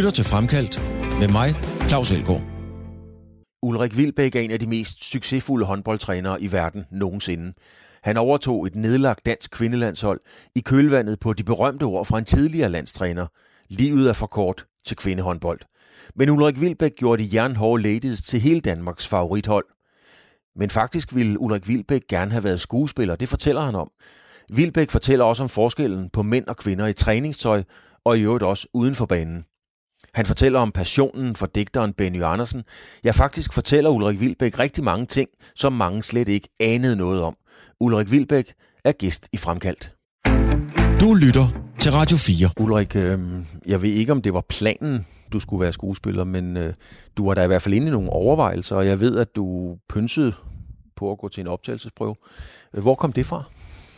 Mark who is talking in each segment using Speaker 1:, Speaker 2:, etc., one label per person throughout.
Speaker 1: lytter til Fremkaldt med mig, Claus Elgaard.
Speaker 2: Ulrik Wilbek er en af de mest succesfulde håndboldtrænere i verden nogensinde. Han overtog et nedlagt dansk kvindelandshold i kølvandet på de berømte ord fra en tidligere landstræner. Livet er for kort til kvindehåndbold. Men Ulrik Wilbek gjorde de jernhårde ladies til hele Danmarks favorithold. Men faktisk ville Ulrik Wilbek gerne have været skuespiller, det fortæller han om. Wilbek fortæller også om forskellen på mænd og kvinder i træningstøj, og i øvrigt også uden for banen. Han fortæller om passionen for digteren Benny Andersen. Ja, faktisk fortæller Ulrik Wilbek rigtig mange ting, som mange slet ikke anede noget om. Ulrik Wilbek er gæst i Fremkaldt.
Speaker 1: Du lytter til Radio 4.
Speaker 2: Ulrik, jeg ved ikke, om det var planen, du skulle være skuespiller, men du var der i hvert fald inde i nogle overvejelser, og jeg ved, at du pynsede på at gå til en optagelsesprøve. Hvor kom det fra?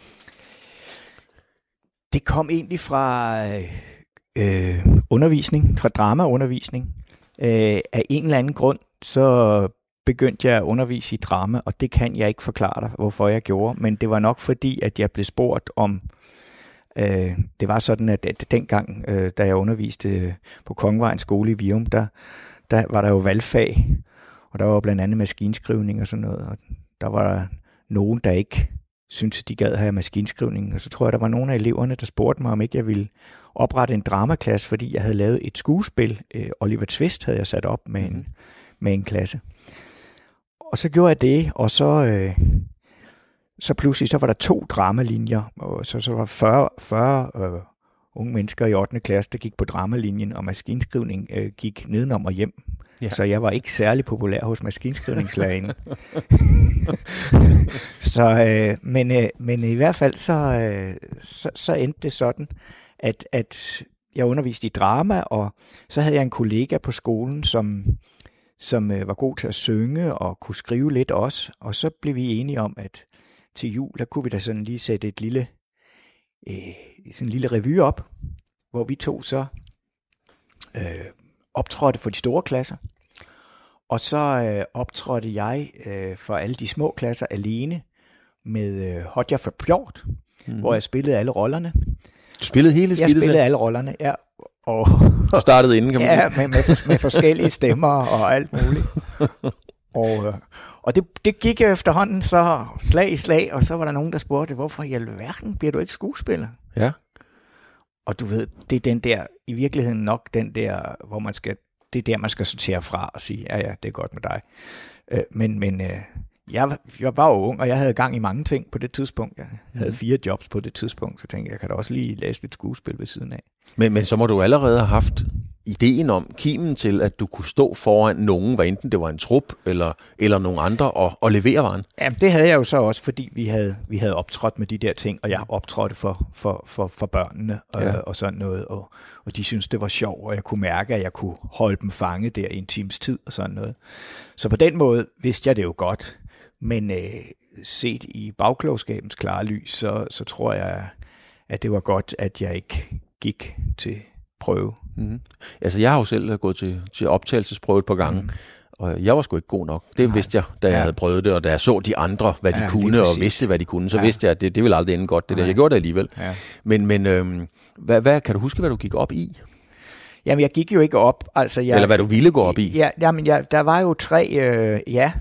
Speaker 3: Det kom egentlig fra undervisning, fra dramaundervisning. Af en eller anden grund, så begyndte jeg at undervise i drama, og det kan jeg ikke forklare dig, hvorfor jeg gjorde, men det var nok fordi, at jeg blev spurgt om, det var sådan, at dengang, da jeg underviste på Kongevejens skole i Virum, der var der jo valgfag, og der var blandt andet maskinskrivning og sådan noget, og der var der nogen, der ikke syntes, at de gad have maskinskrivning, og så tror jeg, der var nogle af eleverne, der spurgte mig, om ikke jeg ville oprette en dramaklasse, fordi jeg havde lavet et skuespil. Oliver Twist havde jeg sat op med en klasse. Og så gjorde jeg det, og så pludselig så var der 2 dramalinjer, og så var 40 unge mennesker i 8. klasse, der gik på dramalinjen, og maskinskrivning gik nedenom og hjem. Ja. Så jeg var ikke særlig populær hos maskinskrivningslærerne. Men i hvert fald så endte det sådan, at jeg underviste i drama, og så havde jeg en kollega på skolen, som var god til at synge og kunne skrive lidt også. Og så blev vi enige om, at til jul, der kunne vi da sådan lige sætte sådan en lille revue op, hvor vi to så optrådte for de store klasser. Og så optrådte jeg for alle de små klasser alene med Hodja for Pjort, hvor jeg spillede alle rollerne.
Speaker 2: Du spillede hele skidtet?
Speaker 3: Jeg spillede alle rollerne, ja. Og
Speaker 2: du startede inden, kan man
Speaker 3: sige? Ja, med forskellige stemmer og alt muligt. Og det gik jo efterhånden så slag i slag, og så var der nogen, der spurgte, hvorfor i alverden bliver du ikke skuespiller?
Speaker 2: Ja.
Speaker 3: Og du ved, det er den der, i virkeligheden nok den der, hvor man skal, det er der, man skal sortere fra og sige, ja, det er godt med dig. Men jeg var jo ung, og jeg havde gang i mange ting på det tidspunkt. Jeg havde 4 jobs på det tidspunkt, så tænkte jeg kan da også lige læse lidt skuespil ved siden af.
Speaker 2: Men så må du allerede have haft ideen om, kimen til, at du kunne stå foran nogen, hvad enten det var en trup eller nogen andre, og levere varen.
Speaker 3: Jamen, det havde jeg jo så også, fordi vi havde optrådt med de der ting, og jeg optrådte for børnene og sådan noget, og de syntes, det var sjovt, og jeg kunne mærke, at jeg kunne holde dem fanget der i en times tid og sådan noget. Så på den måde vidste jeg det jo godt, men set i bagklogskabens klare lys, så tror jeg, at det var godt, at jeg ikke gik til prøve.
Speaker 2: Mm-hmm. Altså, jeg har jo selv gået til optagelsesprøve et par gange, og jeg var sgu ikke god nok. Det vidste jeg, da jeg havde prøvet det, og da jeg så de andre, hvad de kunne, og vidste, hvad de kunne, så vidste jeg, at det ville aldrig ende godt, det der. Jeg gjorde det alligevel. Ja. Men hvad kan du huske, hvad du gik op i?
Speaker 3: Jamen, jeg gik jo ikke op. Altså,
Speaker 2: eller hvad du ville gå op i?
Speaker 3: Der var jo 3,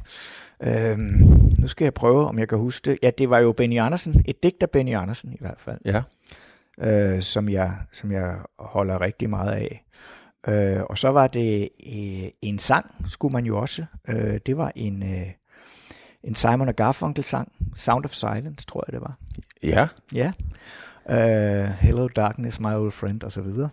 Speaker 3: nu skal jeg prøve, om jeg kan huske det. Ja, det var jo Benny Andersen, et digt af Benny Andersen i hvert fald. Ja. Som jeg holder rigtig meget af. Og så var det en sang, skulle man jo også. Det var en Simon & Garfunkel sang, Sound of Silence, tror jeg det var.
Speaker 2: Ja.
Speaker 3: Ja. Hello Darkness, my old friend, og så videre.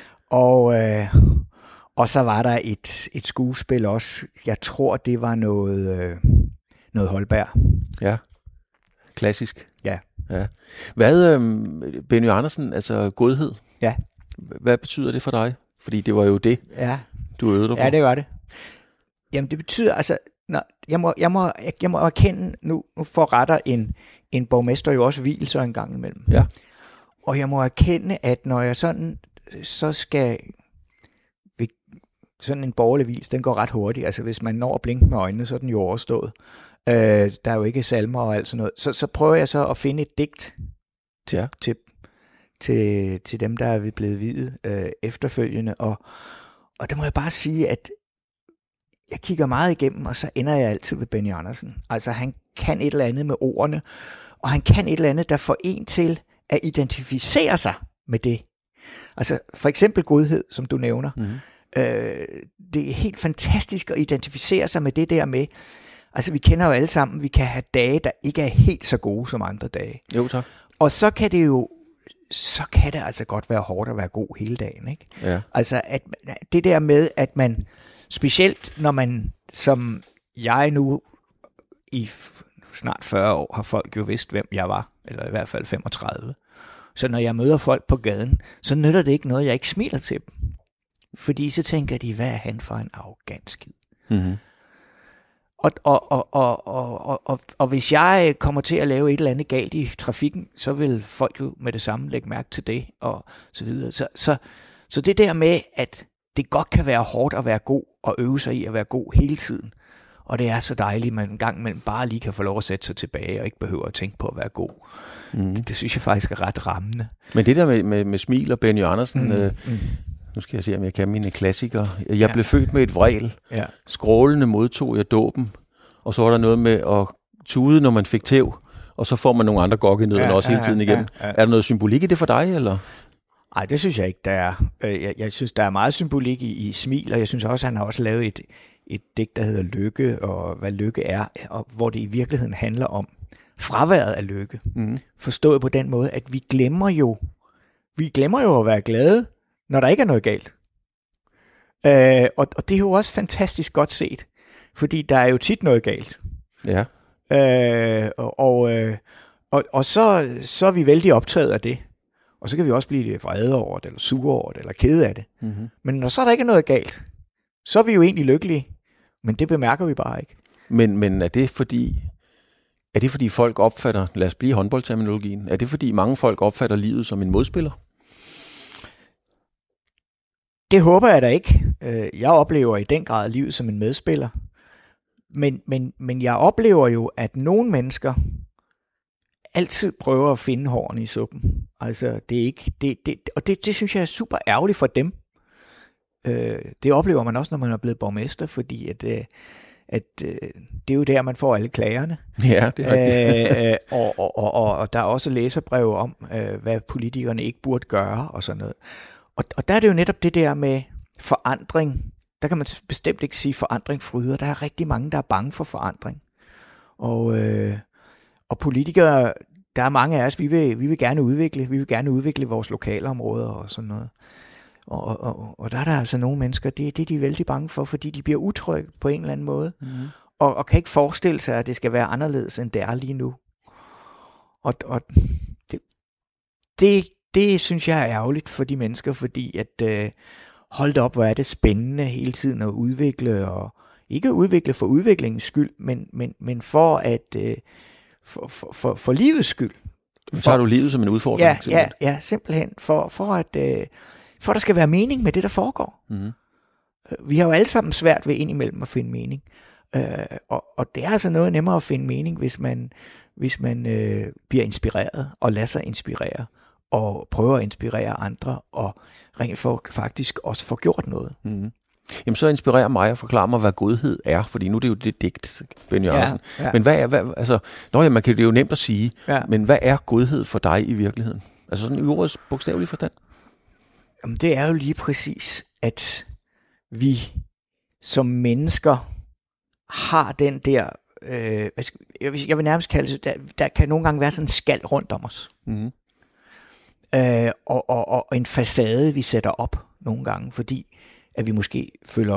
Speaker 3: Og så var der et skuespil også. Jeg tror, det var noget Holberg.
Speaker 2: Ja. Klassisk.
Speaker 3: Ja.
Speaker 2: Ja. Hvad, Benny Andersen, altså godhed?
Speaker 3: Ja.
Speaker 2: Hvad betyder det for dig? Fordi det var jo det, du øvede dig på.
Speaker 3: Ja, det var det. Jamen, det betyder, altså, jeg må erkende, nu forretter en borgmester jo også hvilelser en gang imellem.
Speaker 2: Ja.
Speaker 3: Og jeg må erkende, at når jeg så skal, sådan en borgerlig hvilelse, den går ret hurtigt. Altså, hvis man når at blinke med øjnene, så er den jo overstået. Der er jo ikke salmer og alt sådan noget. Så prøver jeg så at finde et digt til dem, der er blevet viet efterfølgende. Og der må jeg bare sige, at jeg kigger meget igennem, og så ender jeg altid ved Benny Andersen. Altså han kan et eller andet med ordene, og han kan et eller andet, der får en til at identificere sig med det. Altså for eksempel godhed, som du nævner. Det er helt fantastisk at identificere sig med det der med, altså vi kender jo alle sammen, vi kan have dage, der ikke er helt så gode som andre dage.
Speaker 2: Jo, tak.
Speaker 3: Og så kan det altså godt være hårdt at være god hele dagen, ikke?
Speaker 2: Ja.
Speaker 3: Altså at det der med, at man, specielt når man, som jeg nu i snart 40 år, har folk jo vidst, hvem jeg var, eller i hvert fald 35. Så når jeg møder folk på gaden, så nytter det ikke noget, jeg ikke smiler til dem. Fordi så tænker de, hvad er han for en arrogant skid? Mm-hmm. Og hvis jeg kommer til at lave et eller andet galt i trafikken, så vil folk jo med det samme lægge mærke til det, og så videre. Så det der med, at det godt kan være hårdt at være god, og øve sig i at være god hele tiden. Og det er så dejligt, at man en gang imellem bare lige kan få lov at sætte sig tilbage, og ikke behøver at tænke på at være god. Det synes jeg faktisk er ret rammende.
Speaker 2: Men det der med smil og Benny Andersen, nu skal jeg se, om jeg kan mine klassikere. Jeg blev født med et vræl. Ja. Skrålende modtog jeg dåben. Og så var der noget med at tude, når man fik tæv. Og så får man nogle andre gok i nøden også hele tiden igennem. Ja. Er der noget symbolik i det for dig, eller?
Speaker 3: Nej, det synes jeg ikke, der er. Jeg synes, der er meget symbolik i smil, og jeg synes også, han har også lavet et digt, der hedder Lykke, og hvad lykke er, og hvor det i virkeligheden handler om fraværet af lykke. Forstået på den måde, at vi glemmer jo at være glade, når der ikke er noget galt. Og det er jo også fantastisk godt set, fordi der er jo tit noget galt.
Speaker 2: Ja.
Speaker 3: Og så er vi vældig optaget af det. Og så kan vi også blive lidt vrede over det, eller sure over det, eller kede af det. Mm-hmm. Men når så er der ikke noget galt, så er vi jo egentlig lykkelige. Men det bemærker vi bare ikke.
Speaker 2: Men er det fordi folk opfatter, lad os blive håndboldterminologien, er det fordi mange folk opfatter livet som en modspiller?
Speaker 3: Det håber jeg da ikke. Jeg oplever i den grad livet som en medspiller. Men jeg oplever jo, at nogle mennesker altid prøver at finde hårene i suppen. Altså, det er ikke, og det synes jeg er super ærgerligt for dem. Det oplever man også, når man er blevet borgmester, fordi at det er jo der, man får alle klagerne.
Speaker 2: Ja, det er rigtigt.
Speaker 3: Og der er også læserbreve om, hvad politikerne ikke burde gøre, og sådan noget. Og der er det jo netop det der med forandring. Der kan man bestemt ikke sige forandring fryder. Der er rigtig mange, der er bange for forandring. Og politikere, der er mange af os, vi vil gerne udvikle vores lokalområder og sådan noget. Og der er der altså nogle mennesker, det er de vældig bange for, fordi de bliver utrygge på en eller anden måde. Mm-hmm. Og kan ikke forestille sig, at det skal være anderledes, end det er lige nu. Og det synes jeg er ærgerligt for de mennesker, fordi at hold op, hvor er det spændende hele tiden at udvikle, og ikke udvikle for udviklingens skyld, men for at for livets skyld.
Speaker 2: Så tager du livet som en udfordring?
Speaker 3: Ja, simpelthen. For at der skal være mening med det, der foregår. Mm-hmm. Vi har jo alle sammen svært ved indimellem at finde mening. Og det er altså noget nemmere at finde mening, hvis man bliver inspireret og lader sig inspirere og prøver at inspirere andre og rent faktisk også får gjort noget.
Speaker 2: Mm-hmm. Jamen så inspirerer mig og forklare mig, hvad godhed er, fordi nu er det jo det digt, Benny Andersen. Ja. Men man kan det er jo nemt at sige, men hvad er godhed for dig i virkeligheden? Altså sådan i ordets bogstavelige forstand?
Speaker 3: Jamen det er jo lige præcis, at vi som mennesker har den der, jeg vil nærmest kalde det, der kan nogle gange være sådan en skal rundt om os. Mm-hmm. Og en facade, vi sætter op nogle gange, fordi at vi måske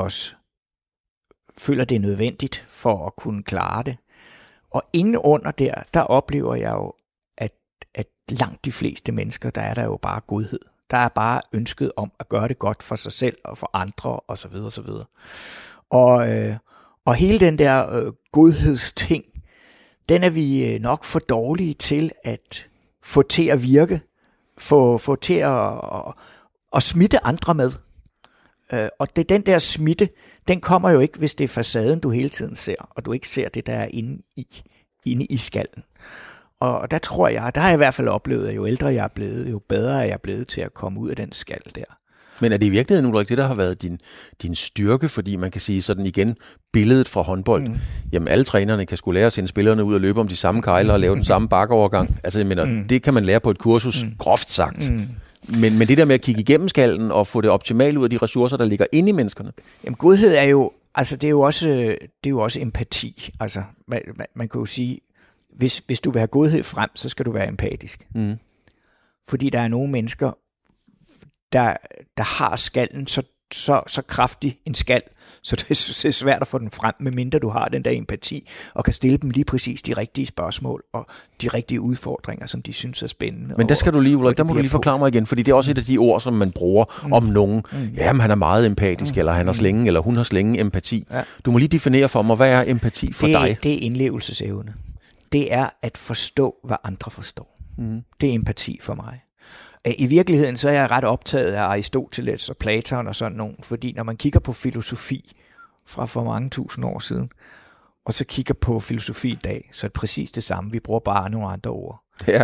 Speaker 3: føler det er nødvendigt for at kunne klare det. Og inden under der oplever jeg jo, at langt de fleste mennesker, der er der jo bare godhed. Der er bare ønsket om at gøre det godt for sig selv og for andre og så videre og så videre. Og hele den der godhedsting, den er vi nok for dårlige til at få til at virke, få til at smitte andre med. Og det den der smitte, den kommer jo ikke, hvis det er facaden, du hele tiden ser, og du ikke ser det, der er inde i skallen. Og der tror jeg, der har jeg i hvert fald oplevet, at jo ældre jeg er blevet, jo bedre er jeg blevet til at komme ud af den skal der.
Speaker 2: Men er det i virkeligheden, Ulrik, det der har været din styrke? Fordi man kan sige sådan igen, billedet fra håndbold. Jamen alle trænerne kan skulle lære at sende spillerne ud og løbe om de samme kejler og lave den samme bakovergang. Altså jeg mener, det kan man lære på et kursus, groft sagt. Men det der med at kigge igennem skallen og få det optimale ud af de ressourcer, der ligger inde i menneskerne.
Speaker 3: Jamen godhed er jo, altså det er jo også empati. Altså man kan jo sige, hvis du vil have godhed frem, så skal du være empatisk. Fordi der er nogle mennesker, der har skallen så kraftig en skal, så det er svært at få den frem, medmindre du har den der empati, og kan stille dem lige præcis de rigtige spørgsmål, og de rigtige udfordringer, som de synes er spændende.
Speaker 2: Men der skal du lige, Ulrik, der må du lige forklare mig igen, fordi det er også et af de ord, som man bruger om nogen. Jamen, han er meget empatisk, eller han har slænge, eller hun har slænge empati. Ja. Du må lige definere for mig, hvad er empati for dig?
Speaker 3: Det er indlevelsesevne. Det er at forstå, hvad andre forstår. Det er empati for mig. I virkeligheden så er jeg ret optaget af Aristoteles og Platon og sådan nogen, fordi når man kigger på filosofi fra for mange tusind år siden, og så kigger på filosofi i dag, så er det præcis det samme. Vi bruger bare nogle andre ord.
Speaker 2: Ja.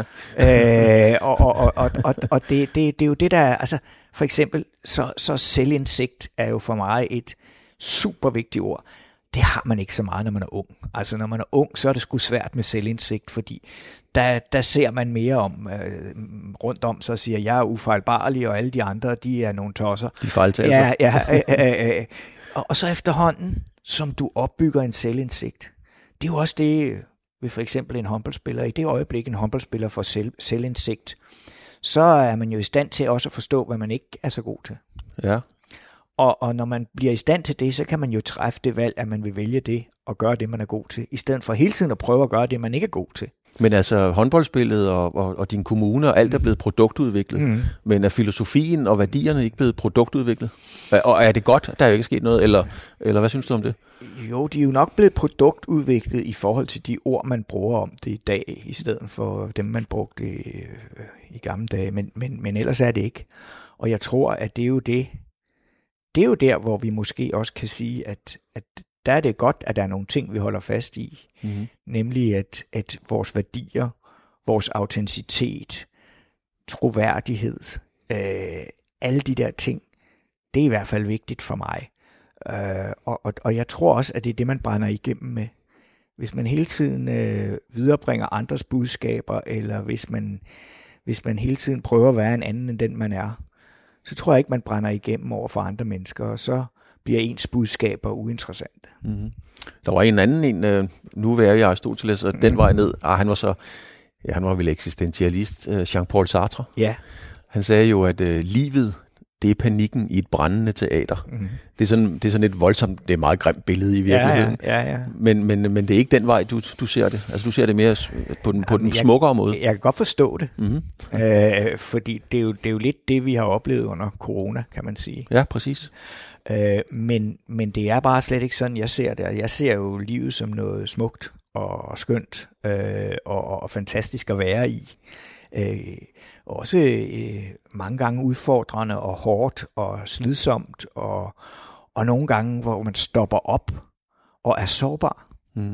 Speaker 3: Og det er jo det, der er, altså for eksempel, så selvindsigt er jo for mig et super vigtigt ord. Det har man ikke så meget, når man er ung. Altså når man er ung, så er det sgu svært med selvindsigt, fordi der ser man mere om rundt om sig og siger, jeg er ufejlbarlig, og alle de andre, de er nogle tosser.
Speaker 2: De fejltagelser.
Speaker 3: Ja. Og så efterhånden, som du opbygger en selvindsigt, det er jo også det, ved for eksempel en håndboldspiller, i det øjeblik en håndboldspiller får selvindsigt, så er man jo i stand til også at forstå, hvad man ikke er så god til.
Speaker 2: Ja.
Speaker 3: Og når man bliver i stand til det, så kan man jo træffe det valg, at man vil vælge det og gøre det, man er god til, i stedet for hele tiden at prøve at gøre det, man ikke er god til.
Speaker 2: Men altså håndboldspillet og din kommune og alt er blevet produktudviklet, men er filosofien og værdierne ikke blevet produktudviklet? Og er det godt, der er jo ikke sket noget, eller hvad synes du om det?
Speaker 3: Jo, de er jo nok blevet produktudviklet i forhold til de ord, man bruger om det i dag, i stedet for dem, man brugte i gamle dage, men ellers er det ikke. Og jeg tror, at det er jo det. Det er jo der, hvor vi måske også kan sige, at der er det godt, at der er nogle ting, vi holder fast i. Nemlig, at vores værdier, vores autenticitet, troværdighed, alle de der ting, det er i hvert fald vigtigt for mig. Og jeg tror også, at det er det, man brænder igennem med. Hvis man hele tiden viderebringer andres budskaber, eller hvis man hele tiden prøver at være en anden end den, man er, så tror jeg ikke, man brænder igennem over for andre mennesker, og så bliver ens budskaber uinteressante.
Speaker 2: Der var en anden, nu er jeg Aristoteles, og den vej ned, han var vel eksistentialist, Jean-Paul Sartre.
Speaker 3: Ja. Han
Speaker 2: sagde jo, at livet, det er panikken i et brændende teater. Det er sådan et voldsomt, det er et meget grimt billede i virkeligheden.
Speaker 3: Ja. Men
Speaker 2: det er ikke den vej, du ser det. Altså du ser det mere på den smukkere måde.
Speaker 3: Jeg kan godt forstå det. Fordi det er jo lidt det, vi har oplevet under corona, kan man sige.
Speaker 2: Ja, præcis.
Speaker 3: Men det er bare slet ikke sådan, jeg ser det. Jeg ser jo livet som noget smukt og skønt og fantastisk at være i. Også mange gange udfordrende og hårdt og slidsomt, og nogle gange, hvor man stopper op og er sårbar.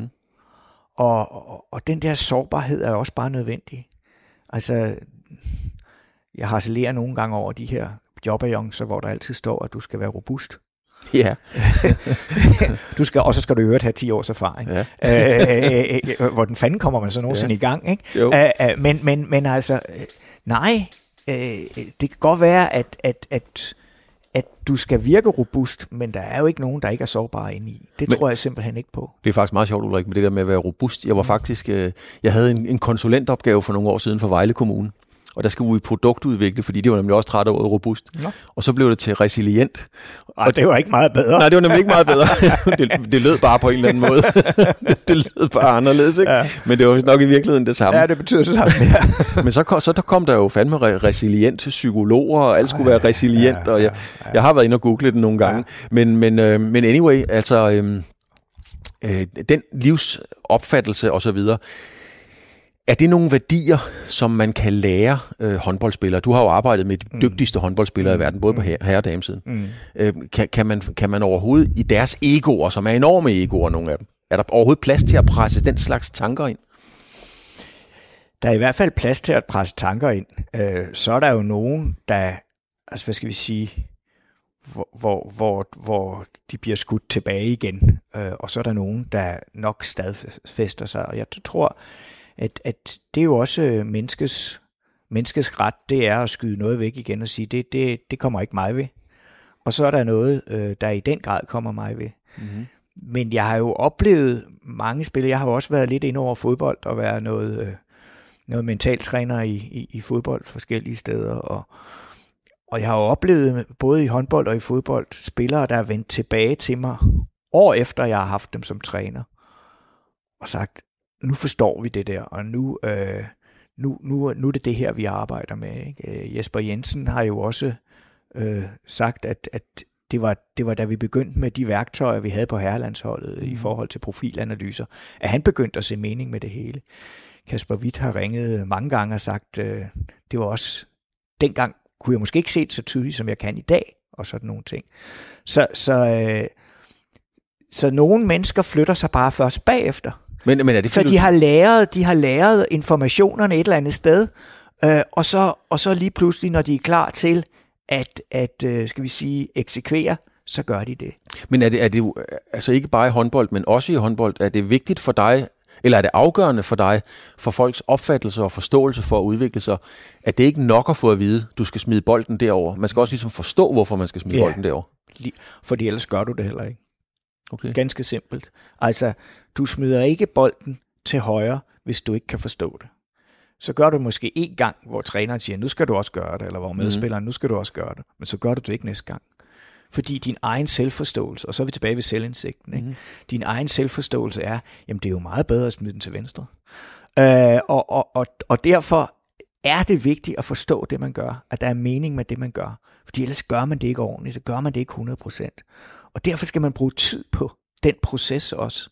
Speaker 3: Og den der sårbarhed er også bare nødvendig. Altså, jeg harcelerer nogle gange over de her jobannoncer, hvor der altid står, at du skal være robust.
Speaker 2: Ja.
Speaker 3: Og så skal du i øvrigt have 10 års erfaring. Ja. Hvor den fanden kommer man så nogensinde i gang, ikke? Men altså, nej, det kan godt være, at du skal virke robust, men der er jo ikke nogen, der ikke er sårbare inde i. Det tror jeg simpelthen ikke på.
Speaker 2: Det er faktisk meget sjovt, Ulrik, med det der med at være robust. Jeg var faktisk, jeg havde en konsulentopgave for nogle år siden for Vejle Kommune. Og der skulle vi produktudvikle, fordi det var nemlig også træt af ordet robust. Ja. Og så blev det til resilient.
Speaker 3: Og det var ikke meget bedre.
Speaker 2: Nej, det var nemlig ikke meget bedre. det lød bare på en eller anden måde. Det lød bare anderledes, ikke? Ja. Men det var nok i virkeligheden det samme.
Speaker 3: Ja, det betyder det samme, ja.
Speaker 2: Men så kom der jo fandme resilient til psykologer, og alt skulle være resilient, og jeg har været inde og google det nogle gange. Ja. Men anyway, altså den livsopfattelse og så videre, er det nogle værdier, som man kan lære håndboldspillere? Du har jo arbejdet med de dygtigste håndboldspillere i verden, både på herre- og damesiden. Kan man overhovedet i deres egoer, som er enorme egoer, nogle af dem, er der overhovedet plads til at presse den slags tanker ind?
Speaker 3: Der er i hvert fald plads til at presse tanker ind. Så er der jo nogen, der, altså hvad skal vi sige, hvor de bliver skudt tilbage igen, og så er der nogen, der nok stadfæster sig. Og jeg tror, at det er jo også menneskets ret, det er at skyde noget væk igen og sige, det kommer ikke mig ved. Og så er der noget, der i den grad kommer mig ved. Mm-hmm. Men jeg har jo oplevet mange spil. Jeg har jo også været lidt inde over fodbold og været noget mentaltræner i fodbold forskellige steder. Og jeg har jo oplevet både i håndbold og i fodbold spillere, der er vendt tilbage til mig år efter, jeg har haft dem som træner. Og sagt, nu forstår vi det der, og nu er det her, vi arbejder med. Ikke? Jesper Jensen har jo også sagt, at det var da vi begyndte med de værktøjer, vi havde på herrelandsholdet i forhold til profilanalyser, at han begyndte at se mening med det hele. Kasper Hvidt har ringet mange gange og sagt, det var også, dengang kunne jeg måske ikke se det så tydeligt, som jeg kan i dag, og sådan nogle ting. Så nogle mennesker flytter sig bare først bagefter. Men er det, så de har læret informationerne et eller andet sted, og så lige pludselig, når de er klar til at skal vi sige, eksekvere, så gør de det.
Speaker 2: Men er det jo, altså ikke bare i håndbold, men også i håndbold, er det vigtigt for dig, eller er det afgørende for dig, for folks opfattelse og forståelse for at udvikle sig, at det ikke nok at få at vide, du skal smide bolden derover. Man skal også ligesom forstå, hvorfor man skal smide bolden derover.
Speaker 3: Fordi ellers gør du det heller ikke.
Speaker 2: Okay.
Speaker 3: Ganske simpelt. Altså, du smider ikke bolden til højre, hvis du ikke kan forstå det. Så gør du måske en gang, hvor træneren siger, nu skal du også gøre det, eller hvor medspilleren, nu skal du også gøre det. Men så gør du det ikke næste gang. Fordi din egen selvforståelse, og så er vi tilbage ved selvindsigten, ikke? Din egen selvforståelse er, jamen det er jo meget bedre at smide den til venstre. Og derfor er det vigtigt at forstå det, man gør, at der er mening med det, man gør. Fordi ellers gør man det ikke ordentligt, så gør man det ikke 100%. Og derfor skal man bruge tid på den proces også.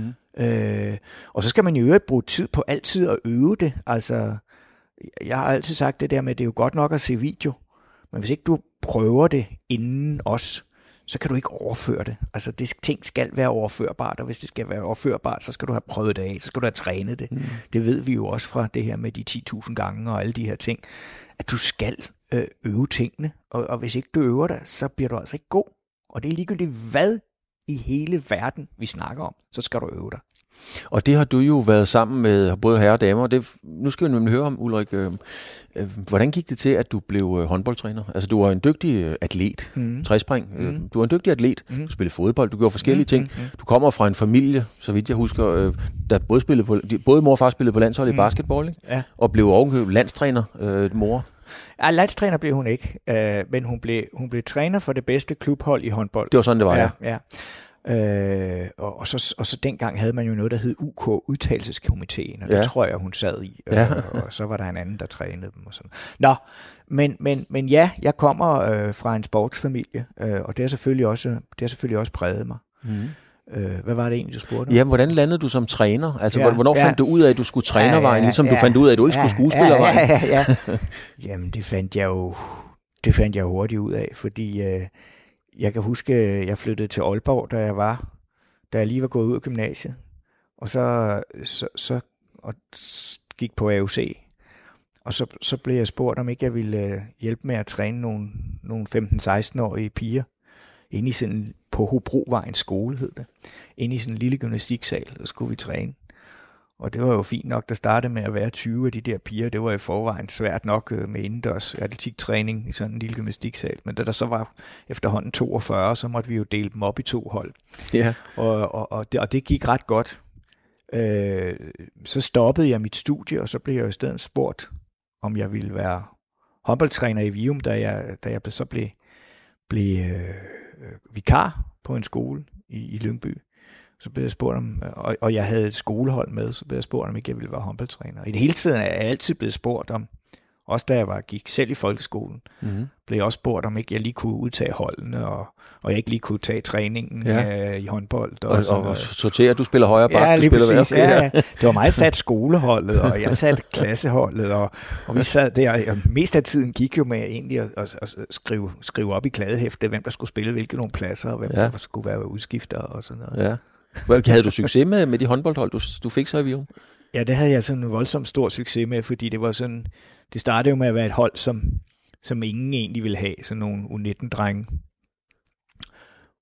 Speaker 3: Og så skal man i øvrigt bruge tid på altid at øve det. Altså, jeg har altid sagt det der med, at det er jo godt nok at se video, men hvis ikke du prøver det inden os, så kan du ikke overføre det. Altså, ting skal være overførbart, og hvis det skal være overførbart, så skal du have prøvet det af, så skal du have trænet det. Det ved vi jo også fra det her med de 10.000 gange og alle de her ting, at du skal øve tingene, og hvis ikke du øver dig, så bliver du altså ikke god. Og det er ligegyldigt, hvad i hele verden vi snakker om, så skal du øve dig.
Speaker 2: Og det har du jo været sammen med både herrer og damer. Nu skal vi nemlig høre om, Ulrik, hvordan gik det til, at du blev håndboldtræner? Altså, du var en dygtig atlet, træspring. Du var en dygtig atlet, du spillede fodbold, du gjorde forskellige ting. Du kommer fra en familie, så vidt jeg husker, der både mor og far spillede på landsholdet i basketball, ikke? Ja. Og blev ovenkøbet landstræner, mor.
Speaker 3: Ja, landstræner blev hun ikke, men hun blev træner for det bedste klubhold i håndbold.
Speaker 2: Det var sådan, det var,
Speaker 3: ja. Og så dengang havde man jo noget, der hed UK, udtalelseskomiteen, og det tror jeg, hun sad i, og så var der en anden, der trænede dem og sådan. Nå, men ja, jeg kommer fra en sportsfamilie, og det har selvfølgelig også præget mig. Hvad var det egentlig, du spurgte om?
Speaker 2: Jamen, hvordan landede du som træner? Altså, hvornår fandt du ud af, at du skulle trænervejen, ligesom du fandt ud af, at du ikke skulle skuespillervejen?
Speaker 3: Ja. Jamen, det fandt jeg hurtigt ud af, fordi jeg kan huske, jeg flyttede til Aalborg, da jeg lige var gået ud af gymnasiet, og så gik på AUC, og så blev jeg spurgt, om ikke jeg ville hjælpe med at træne nogle 15-16-årige piger, inde i sådan, på Hobrovejens skole hed det, inde i sådan en lille gymnastiksal, der skulle vi træne. Og det var jo fint nok, der startede med at være 20 af de der piger. Det var i forvejen svært nok med indendørs atletiktræning i sådan en lille gymnastiksal. Men da der så var efterhånden 42, så måtte vi jo dele dem op i 2 hold.
Speaker 2: Ja.
Speaker 3: Og det gik ret godt. Så stoppede jeg mit studie, og så blev jeg i stedet spurgt, om jeg ville være håndboldtræner i Vium, da jeg så blev vikar på en skole i Lyngby. Så blev jeg spurgt om, og jeg havde et skolehold med, så blev jeg spurgt, om ikke jeg ville være håndboldtræner. I det hele tiden er jeg altid blevet spurgt om, også da jeg gik selv i folkeskolen, blev jeg også spurgt, om ikke jeg lige kunne udtage holdene, og jeg ikke lige kunne tage træningen i håndbold.
Speaker 2: Og sortere, du spiller højre bak,
Speaker 3: ja,
Speaker 2: du spiller
Speaker 3: præcis, ja. Det var mig sat skoleholdet, og jeg satte klasseholdet, og vi sad der, og mest af tiden gik jo med egentlig at skrive op i kladehæftet, hvem der skulle spille hvilke nogle pladser, og hvem der skulle være udskifter og sådan noget.
Speaker 2: Ja. Havde du succes med de håndboldhold, du fik så i Vium?
Speaker 3: Ja, det havde jeg sådan en voldsomt stor succes med, fordi det var sådan, det startede jo med at være et hold, som ingen egentlig ville have, sådan nogle U19-drenge.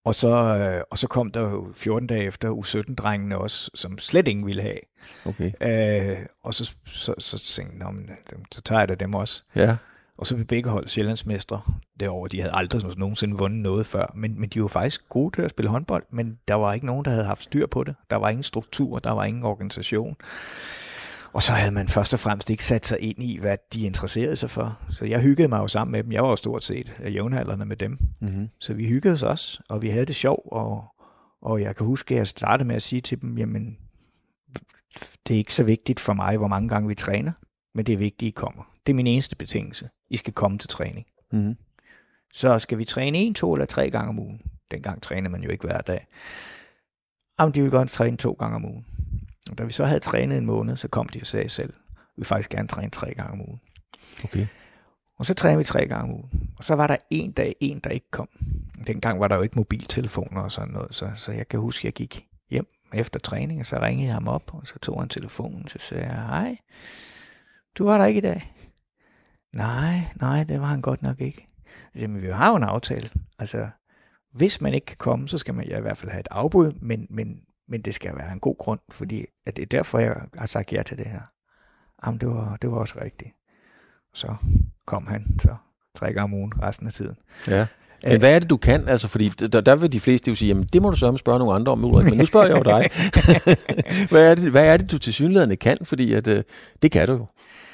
Speaker 3: Og så kom der jo 14 dage efter U17-drengene også, som slet ingen ville have.
Speaker 2: Okay.
Speaker 3: Og så tænkte jeg, så tager jeg da dem også.
Speaker 2: Ja.
Speaker 3: Og så blev begge hold sjællandsmestre derovre. De havde aldrig nogensinde vundet noget før, men de var faktisk gode til at spille håndbold, men der var ikke nogen, der havde haft styr på det. Der var ingen struktur, der var ingen organisation. Og så havde man først og fremmest ikke sat sig ind i, hvad de interesserede sig for. Så jeg hyggede mig jo sammen med dem. Jeg var jo stort set jævnaldrende med dem. Mm-hmm. Så vi hyggede os også, og vi havde det sjovt. Og jeg kan huske, at jeg startede med at sige til dem, jamen, det er ikke så vigtigt for mig, hvor mange gange vi træner, men det er vigtigt, at I kommer. Det er min eneste betingelse. I skal komme til træning. Mm-hmm. Så skal vi træne 1, 2 eller 3 gange om ugen. Dengang trænede man jo ikke hver dag. Jamen, de ville godt træne 2 gange om ugen. Og da vi så havde trænet en måned, så kom de og sagde selv, vi vil faktisk gerne træne 3 gange om ugen.
Speaker 2: Okay.
Speaker 3: Og så trænede vi 3 gange om ugen. Og så var der en dag, der ikke kom. Dengang var der jo ikke mobiltelefoner og sådan noget, så jeg kan huske, at jeg gik hjem efter træning, og så ringede jeg ham op, og så tog han telefonen, så sagde jeg, hej, du var der ikke i dag. Nej, det var han godt nok ikke. Jamen, vi har jo en aftale. Altså, hvis man ikke kan komme, så skal man i hvert fald have et afbud, men det skal være en god grund, fordi at det er derfor, jeg har sagt ja til det her. Jamen, det var også rigtigt. Så kom han så 3 gange om ugen resten af tiden.
Speaker 2: Ja. Men hvad er det, du kan? Altså, fordi der vil de fleste jo sige, jamen, det må du så spørge nogle andre om, Ulrik, men nu spørger jeg jo dig. Hvad er det, du tilsyneladende kan? Fordi at, det kan du jo.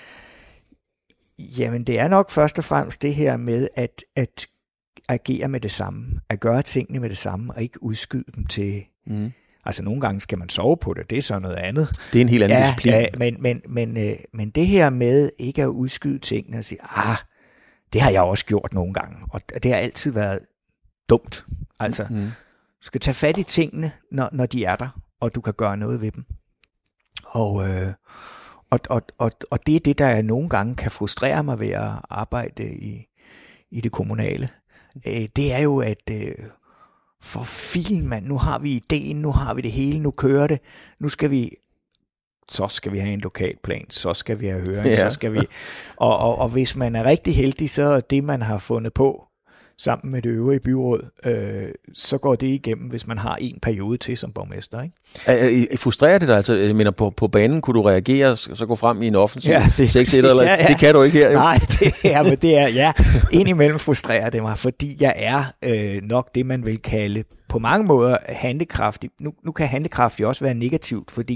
Speaker 3: Jamen, det er nok først og fremmest det her med at agere med det samme, at gøre tingene med det samme, og ikke udskyde dem til... Mm. Altså, nogle gange skal man sove på det, det er så noget andet.
Speaker 2: Det er en helt anden disciplin.
Speaker 3: Ja, men det her med ikke at udskyde tingene og sige, det har jeg også gjort nogle gange, og det har altid været dumt. Altså, du skal tage fat i tingene, når de er der, og du kan gøre noget ved dem. Og det er det, der nogle gange kan frustrere mig ved at arbejde i det kommunale. Det er jo, at for filen, mand, nu har vi ideen, nu har vi det hele, nu kører det, så skal vi have en lokalplan, så skal vi have høring, så skal vi... Og hvis man er rigtig heldig, så det, man har fundet på, sammen med det øvrige byråd, så går det igennem, hvis man har en periode til som borgmester, ikke?
Speaker 2: Frustrerer det dig? Altså, jeg mener, på banen kunne du reagere, så gå frem i en offensiv 6-1 eller ja. Det kan du ikke her, jo.
Speaker 3: Nej, det er indimellem frustrerer det mig, fordi jeg er nok det, man vil kalde på mange måder handlekraftig. Nu kan handlekraftig også være negativt, fordi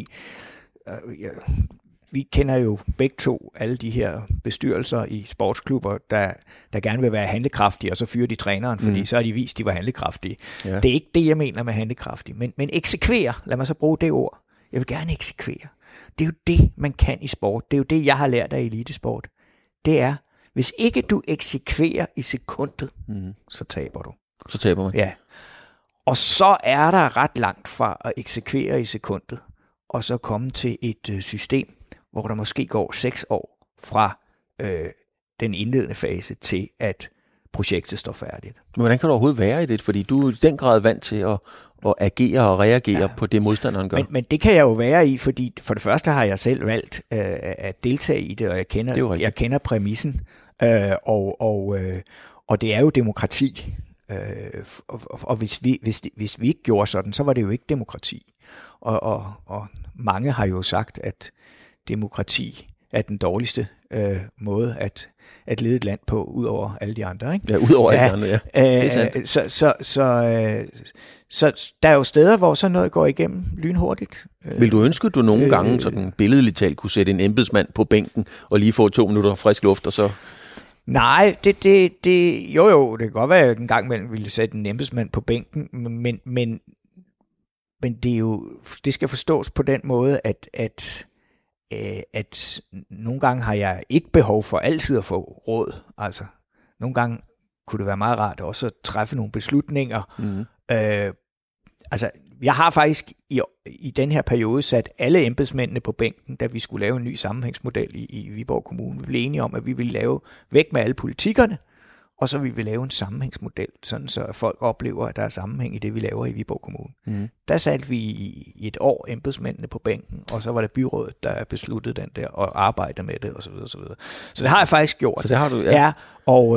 Speaker 3: vi kender jo begge to alle de her bestyrelser i sportsklubber, der gerne vil være handlekraftige, og så fyrer de træneren, fordi så har de vist, de var handlekraftige. Ja. Det er ikke det, jeg mener med handlekraftig, men eksekvere, lad mig så bruge det ord. Jeg vil gerne eksekvere. Det er jo det, man kan i sport. Det er jo det, jeg har lært af elitesport. Det er, hvis ikke du eksekverer i sekundet, så taber du.
Speaker 2: Så taber man.
Speaker 3: Ja. Og så er der ret langt fra at eksekvere i sekundet, og så komme til et system, hvor der måske går 6 år fra den indledende fase til, at projektet står færdigt.
Speaker 2: Men hvordan kan du overhovedet være i det? Fordi du er i den grad vant til at agere og reagere på det, modstanderen gør.
Speaker 3: Men det kan jeg jo være i, fordi for det første har jeg selv valgt at deltage i det, og jeg kender præmissen, og det er jo demokrati. Og hvis vi ikke gjorde sådan, så var det jo ikke demokrati. Og mange har jo sagt, at demokrati er den dårligste måde at lede et land på, ud over alle de andre, ikke?
Speaker 2: Ja, ud over alle de andre, ja. Det er sandt.
Speaker 3: Så der er jo steder, hvor sådan noget går igennem lynhurtigt.
Speaker 2: Vil du ønske, at du nogle gange sådan billedligt talt kunne sætte en embedsmand på bænken og lige få 2 minutter frisk luft, og så...
Speaker 3: Nej, jo, det kan godt være, at jeg en gang imellem ville sætte en embedsmand på bænken, men det er jo, det skal forstås på den måde, at nogle gange har jeg ikke behov for altid at få råd. Altså, nogle gange kunne det være meget rart også at træffe nogle beslutninger. Altså, jeg har faktisk i den her periode sat alle embedsmændene på bænken, da vi skulle lave en ny sammenhængsmodel i Viborg Kommune. Vi blev enige om, at vi ville lave væk med alle politikerne, og så ville vi lave en sammenhængsmodel, sådan så folk oplever, at der er sammenhæng i det, vi laver i Viborg Kommune. Der satte vi i et år embedsmændene på bænken, og så var det byrådet, der besluttede den der, og arbejdede med det, osv. Så det har jeg faktisk gjort.
Speaker 2: Så det har du,
Speaker 3: ja.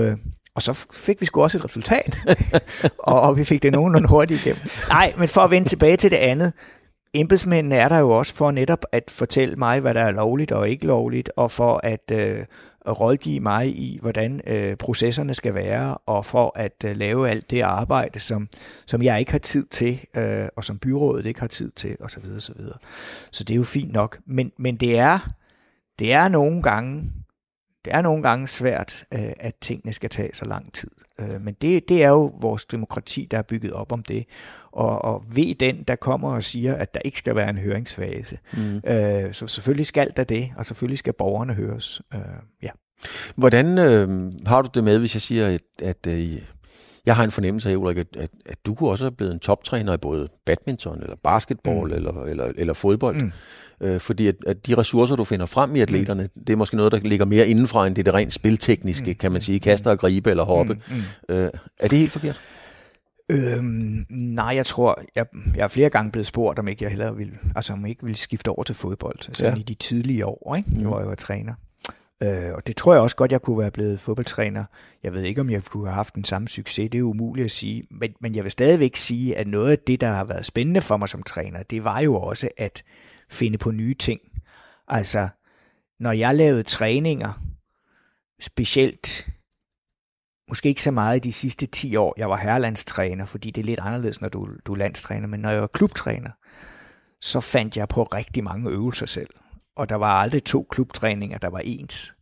Speaker 3: Og så fik vi sgu også et resultat, og vi fik det nogenlunde hurtigt igennem. Nej, men for at vende tilbage til det andet, embedsmændene er der jo også for netop at fortælle mig, hvad der er lovligt og ikke lovligt, og for at rådgive mig i, hvordan processerne skal være, og for at lave alt det arbejde, som jeg ikke har tid til, og som byrådet ikke har tid til, osv. osv. Så det er jo fint nok. Men det er nogle gange svært, at tingene skal tage så lang tid. Men det er jo vores demokrati, der er bygget op om det. Og ved den, der kommer og siger, at der ikke skal være en høringsfase. Så selvfølgelig skal der det, og selvfølgelig skal borgerne høres. Ja.
Speaker 2: Hvordan har du det med, hvis jeg siger, at jeg har en fornemmelse af, Ulrik, at du kunne også have blevet en toptræner i både badminton, eller basketball, eller fodbold? Fordi at de ressourcer, du finder frem i atleterne, det er måske noget, der ligger mere indenfra, end det rent spiltekniske, kan man sige, kaste og gribe eller hoppe. Er det helt forkert?
Speaker 3: Nej, jeg tror, jeg er flere gange blevet spurgt, om ikke jeg hellere ville, altså om jeg ikke ville skifte over til fodbold, sådan i de tidlige år, ikke? Nu var jeg jo træner. Og det tror jeg også godt, jeg kunne være blevet fodboldtræner. Jeg ved ikke, om jeg kunne have haft den samme succes, det er umuligt at sige, men jeg vil stadigvæk sige, at noget af det, der har været spændende for mig som træner, det var jo også at finde på nye ting. Altså, når jeg lavede træninger, specielt, måske ikke så meget i de sidste 10 år, jeg var herrelandstræner, fordi det er lidt anderledes, når du er landstræner, men når jeg var klubtræner, så fandt jeg på rigtig mange øvelser selv. Og der var aldrig 2 klubtræninger, der var ens.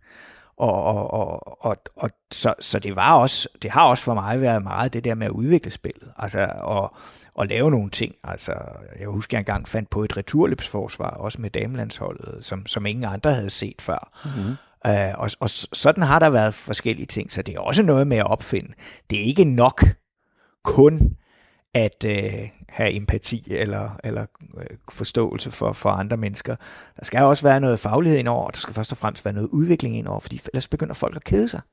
Speaker 3: Så det har også for mig været meget det der med at udvikle spillet, altså og lave nogle ting. Altså, jeg husker, jeg engang fandt på et returløbsforsvar, også med damelandsholdet, som ingen andre havde set før. Og sådan har der været forskellige ting, så det er også noget med at opfinde. Det er ikke nok kun at have empati eller forståelse for andre mennesker. Der skal også være noget faglighed indover, og der skal først og fremmest være noget udvikling indover, fordi ellers begynder folk at kede sig.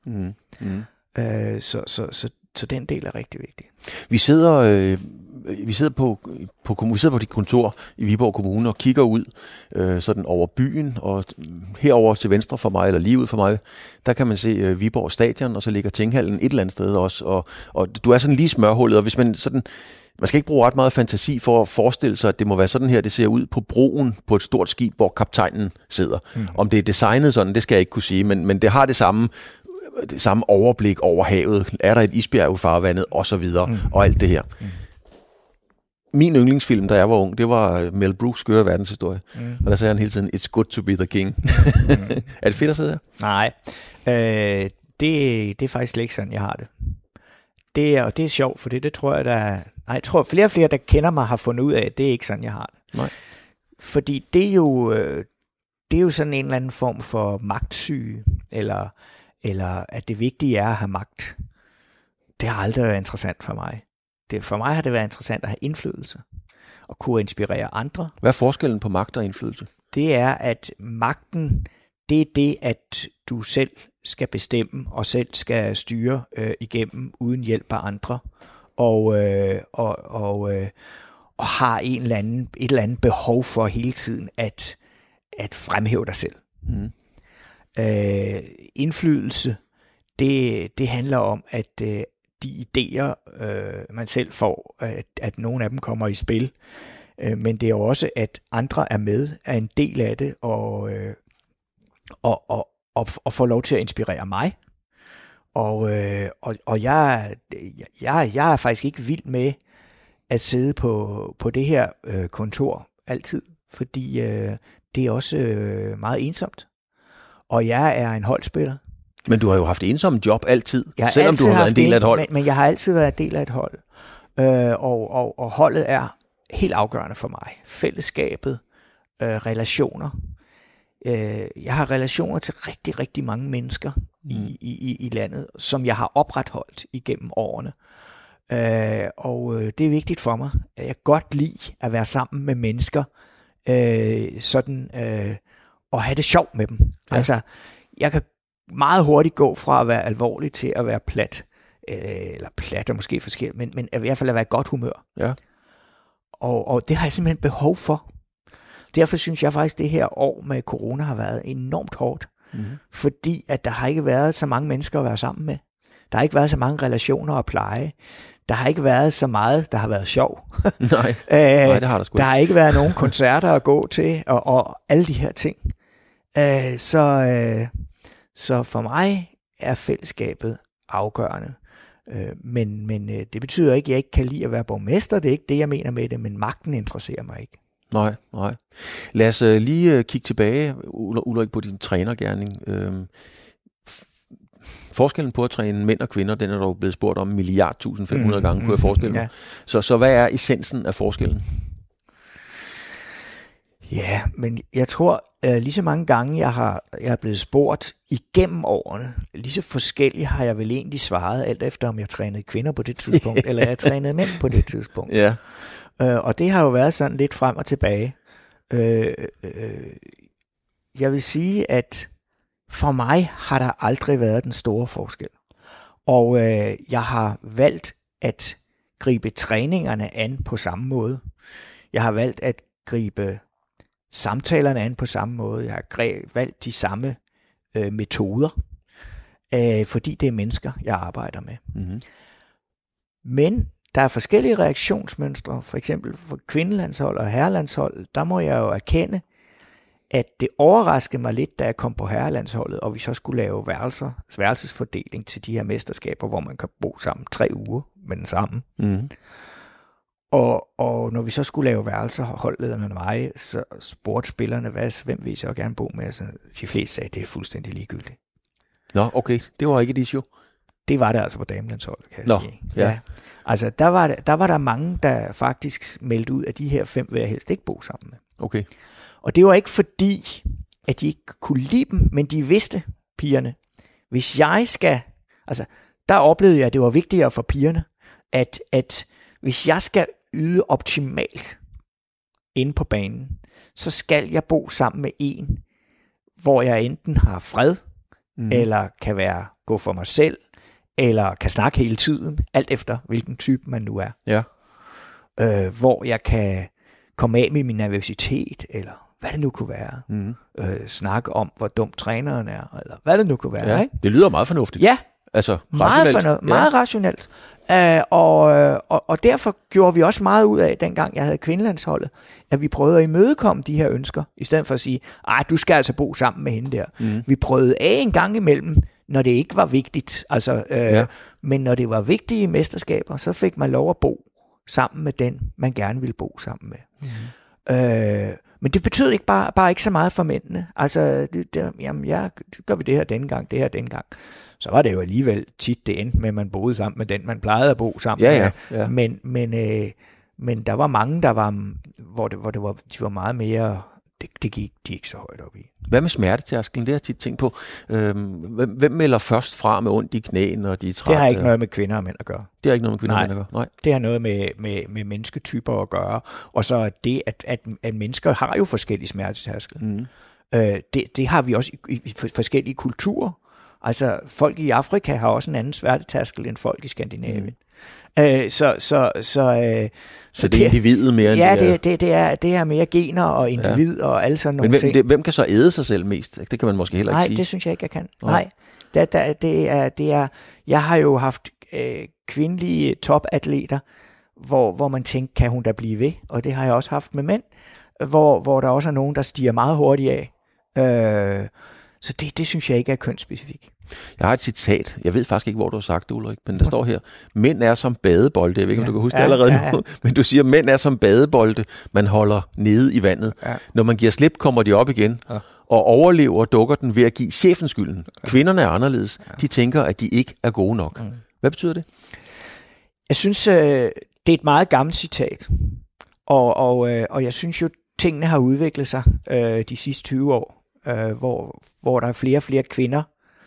Speaker 3: Så den del er rigtig vigtig.
Speaker 2: Vi sidder på dit kontor i Viborg Kommune og kigger ud sådan over byen, og herover til venstre for mig, eller lige ud for mig, der kan man se Viborg Stadion, og så ligger Tinghallen et eller andet sted også, og du er sådan lige smørhullet, og hvis man sådan, man skal ikke bruge ret meget fantasi for at forestille sig, at det må være sådan her, det ser ud på broen på et stort skib, hvor kaptajnen sidder. Om det er designet sådan, det skal jeg ikke kunne sige, men det har det samme overblik over havet. Er der et isbjerg i farvandet, og så videre, og alt det her. Min yndlingsfilm, da jeg var ung, det var Mel Brooks' Skøre verdenshistorie. Og der sagde han hele tiden, it's good to be the king. Er det fedt at sidde her?
Speaker 3: Nej, det er faktisk slet ikke sådan, jeg har det. Og det er sjovt, for det tror jeg, jeg tror flere og flere, der kender mig, har fundet ud af, at det er ikke sådan, jeg har det. Nej. Fordi det er jo sådan en eller anden form for magtsyge, eller at det vigtige er at have magt. Det har aldrig været interessant for mig. For mig har det været interessant at have indflydelse og kunne inspirere andre.
Speaker 2: Hvad er forskellen på magt og indflydelse?
Speaker 3: Det er, at magten, det er det, at du selv skal bestemme og selv skal styre igennem uden hjælp af andre, og har et eller andet behov for hele tiden at fremhæve dig selv. Indflydelse, det handler om, at de idéer, man selv får, at nogle af dem kommer i spil, men det er også, at andre er med, er en del af det, og får lov til at inspirere mig. Og jeg er faktisk ikke vild med at sidde på det her kontor altid, fordi det er også meget ensomt. Og jeg er en holdspiller.
Speaker 2: Men du har jo haft ensomme job altid, selvom du har været en del af et hold.
Speaker 3: Men jeg har altid været en del af et hold. Og holdet er helt afgørende for mig. Fællesskabet, relationer. Jeg har relationer til rigtig, rigtig mange mennesker i landet, som jeg har opretholdt igennem årene. Og det er vigtigt for mig. Jeg godt lide at være sammen med mennesker, og have det sjovt med dem. Ja. Altså, jeg kan meget hurtigt gå fra at være alvorlig til at være plat. Eller plat er måske forskelligt, men i hvert fald at være i godt humør.
Speaker 2: Ja.
Speaker 3: Og det har jeg simpelthen behov for. Derfor synes jeg faktisk, at det her år med corona har været enormt hårdt. Fordi at der har ikke været så mange mennesker at være sammen med. Der har ikke været så mange relationer at pleje. Der har ikke været så meget, der har været sjov.
Speaker 2: Nej, det har der sgu.
Speaker 3: Der har ikke været nogen koncerter at gå til, og alle de her ting. Så for mig er fællesskabet afgørende. Men det betyder ikke, at jeg ikke kan lide at være borgmester. Det er ikke det, jeg mener med det, men magten interesserer mig ikke.
Speaker 2: Nej. Lad os lige kigge tilbage, Ulrik, på din trænergerning. Forskellen på at træne mænd og kvinder, den er dog blevet spurgt om 1.500.000 gange, kunne jeg forestille mig. Ja. Så hvad er essensen af forskellen?
Speaker 3: Ja, men jeg tror, lige så mange gange, jeg er blevet spurgt igennem årene, lige så forskelligt har jeg vel egentlig svaret, alt efter om jeg trænede kvinder på det tidspunkt, eller jeg trænede mænd på det tidspunkt.
Speaker 2: Ja.
Speaker 3: Og det har jo været sådan lidt frem og tilbage. Jeg vil sige, at for mig har der aldrig været den store forskel. Og jeg har valgt at gribe træningerne an på samme måde. Jeg har valgt at gribe samtalerne an på samme måde. Jeg har valgt de samme metoder, fordi det er mennesker, jeg arbejder med. Mm-hmm. Men der er forskellige reaktionsmønstre, for eksempel for kvindelandshold og herrelandshold. Der må jeg jo erkende, at det overraskede mig lidt, da jeg kom på herrelandsholdet, og vi så skulle lave værelsesfordeling til de her mesterskaber, hvor man kan bo sammen 3 uger med den samme. Mm. Og når vi så skulle lave værelser, holdet med mig, så spurgte spillerne, hvem vil I så gerne bo med? Så de fleste sagde, at det er fuldstændig ligegyldigt.
Speaker 2: Nå, okay. Det var ikke et issue.
Speaker 3: Det var det altså på damelandsholdet, kan jeg sige. Ja. Altså, der var der mange, der faktisk meldte ud, at de her 5 vil jeg helst ikke bo sammen med.
Speaker 2: Okay.
Speaker 3: Og det var ikke fordi, at de ikke kunne lide dem, men de vidste, pigerne, hvis jeg skal... Altså, der oplevede jeg, at det var vigtigere for pigerne, at hvis jeg skal yde optimalt inde på banen, så skal jeg bo sammen med en, hvor jeg enten har fred, eller kan gå for mig selv, eller kan snakke hele tiden, alt efter hvilken type man nu er.
Speaker 2: Ja.
Speaker 3: Hvor jeg kan komme af med min nervøsitet, eller hvad det nu kunne være. Snakke om, hvor dum træneren er, eller hvad det nu kunne være.
Speaker 2: Ja,
Speaker 3: ikke?
Speaker 2: Det lyder meget fornuftigt.
Speaker 3: Ja,
Speaker 2: altså, rationelt.
Speaker 3: Meget rationelt. Og derfor gjorde vi også meget ud af, dengang jeg havde kvindelandsholdet, at vi prøvede at imødekomme de her ønsker, i stedet for at sige, du skal altså bo sammen med hende der. Vi prøvede af en gang imellem, når det ikke var vigtigt. Altså, men når det var vigtige mesterskaber, så fik man lov at bo sammen med den, man gerne ville bo sammen med. Men det betød ikke bare ikke så meget for mændene. Altså, gør vi det her denne gang, det her denne gang. Så var det jo alligevel tit det endte med, at man boede sammen med den, man plejede at bo sammen med. Ja. Men der var mange, der var, hvor de var meget mere... Det gik de ikke så højt op i.
Speaker 2: Hvad med smertetærsklen? Det har jeg tit tænkt på. Hvem melder først fra med ondt i knæene, når de er trætte?
Speaker 3: Det har ikke noget med kvinder og mænd at gøre.
Speaker 2: Det har ikke noget med kvinder og mænd at gøre? Nej.
Speaker 3: Det har noget med mennesketyper at gøre. Og så det, at mennesker har jo forskellige smertetærskel. Det har vi også i forskellige kulturer. Altså, folk i Afrika har også en anden smertetærskel end folk i Skandinavien.
Speaker 2: Så det er individet mere end
Speaker 3: det er mere gener og individ og alle sådan nogle ting.
Speaker 2: Hvem kan så æde sig selv mest? Det kan man måske heller ikke sige.
Speaker 3: Nej, det synes jeg ikke, jeg kan. Nej. Det er, jeg har jo haft kvindelige topatleter, hvor man tænker, kan hun da blive ved? Og det har jeg også haft med mænd, hvor der også er nogen, der stiger meget hurtigt af. Så det synes jeg ikke er kønsspecifikt.
Speaker 2: Jeg har et citat. Jeg ved faktisk ikke, hvor du har sagt det, Ulrik, men der står her: mænd er som badebolde. Jeg ved ikke, om du kan huske det allerede nu, men du siger, mænd er som badebolde, man holder nede i vandet. Ja. Når man giver slip, kommer de op igen, og overlever dukker den ved at give chefen skylden. Kvinderne er anderledes. De tænker, at de ikke er gode nok. Hvad betyder det?
Speaker 3: Jeg synes, det er et meget gammelt citat, og jeg synes jo, tingene har udviklet sig de sidste 20 år. Hvor der er flere og flere kvinder,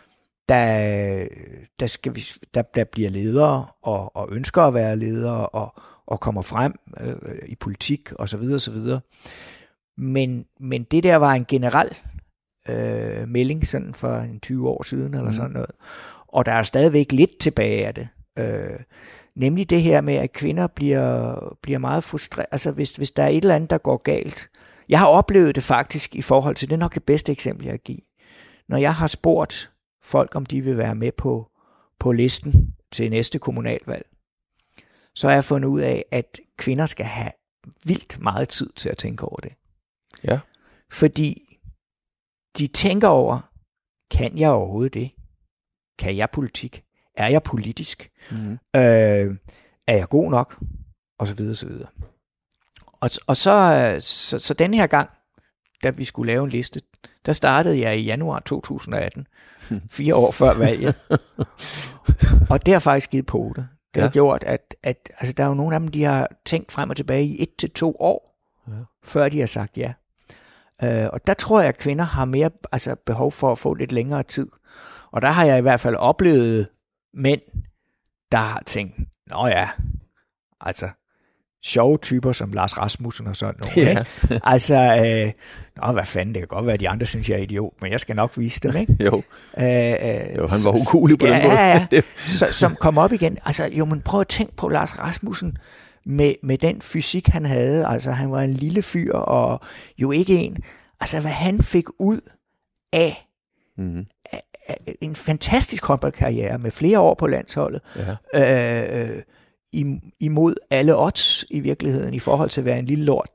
Speaker 3: der bliver ledere og ønsker at være ledere og kommer frem i politik og så videre, så videre. Men det der var en generel melding sådan for 20 år siden eller sådan noget. Og der er stadigvæk lidt tilbage af det. Nemlig det her med, at kvinder bliver meget frustreret. Altså hvis der er et eller andet, der går galt. Jeg har oplevet det faktisk i forhold til, det er nok det bedste eksempel, jeg kan give. Når jeg har spurgt folk, om de vil være med på på listen til næste kommunalvalg, så har jeg fundet ud af, at kvinder skal have vildt meget tid til at tænke over det.
Speaker 2: Ja.
Speaker 3: Fordi de tænker over, kan jeg overhovedet det? Kan jeg politik? Er jeg politisk?
Speaker 2: Mm.
Speaker 3: Er jeg god nok? Og så videre, så videre. Og så den her gang, da vi skulle lave en liste, der startede jeg i januar 2018, 4 år før valget. Og det har faktisk givet på det. Det har gjort, at altså, der er jo nogle af dem, de har tænkt frem og tilbage i 1 til 2 år, før de har sagt ja. Og der tror jeg, at kvinder har mere behov for at få lidt længere tid. Og der har jeg i hvert fald oplevet mænd, der har tænkt, nå ja, altså sjove typer som Lars Rasmussen og sådan noget.
Speaker 2: Ja.
Speaker 3: Ikke? Altså, hvad fanden, det kan godt være, at de andre synes, jeg er idiot, men jeg skal nok vise dem, ikke?
Speaker 2: Jo, han var ukulig på den måde.
Speaker 3: Ja. Som kom op igen. Altså, men prøv at tænke på Lars Rasmussen med den fysik, han havde. Altså, han var en lille fyr, og jo ikke en. Altså, hvad han fik ud af en fantastisk håndboldkarriere med flere år på landsholdet. Ja. Imod alle odds i virkeligheden i forhold til at være en lille lort,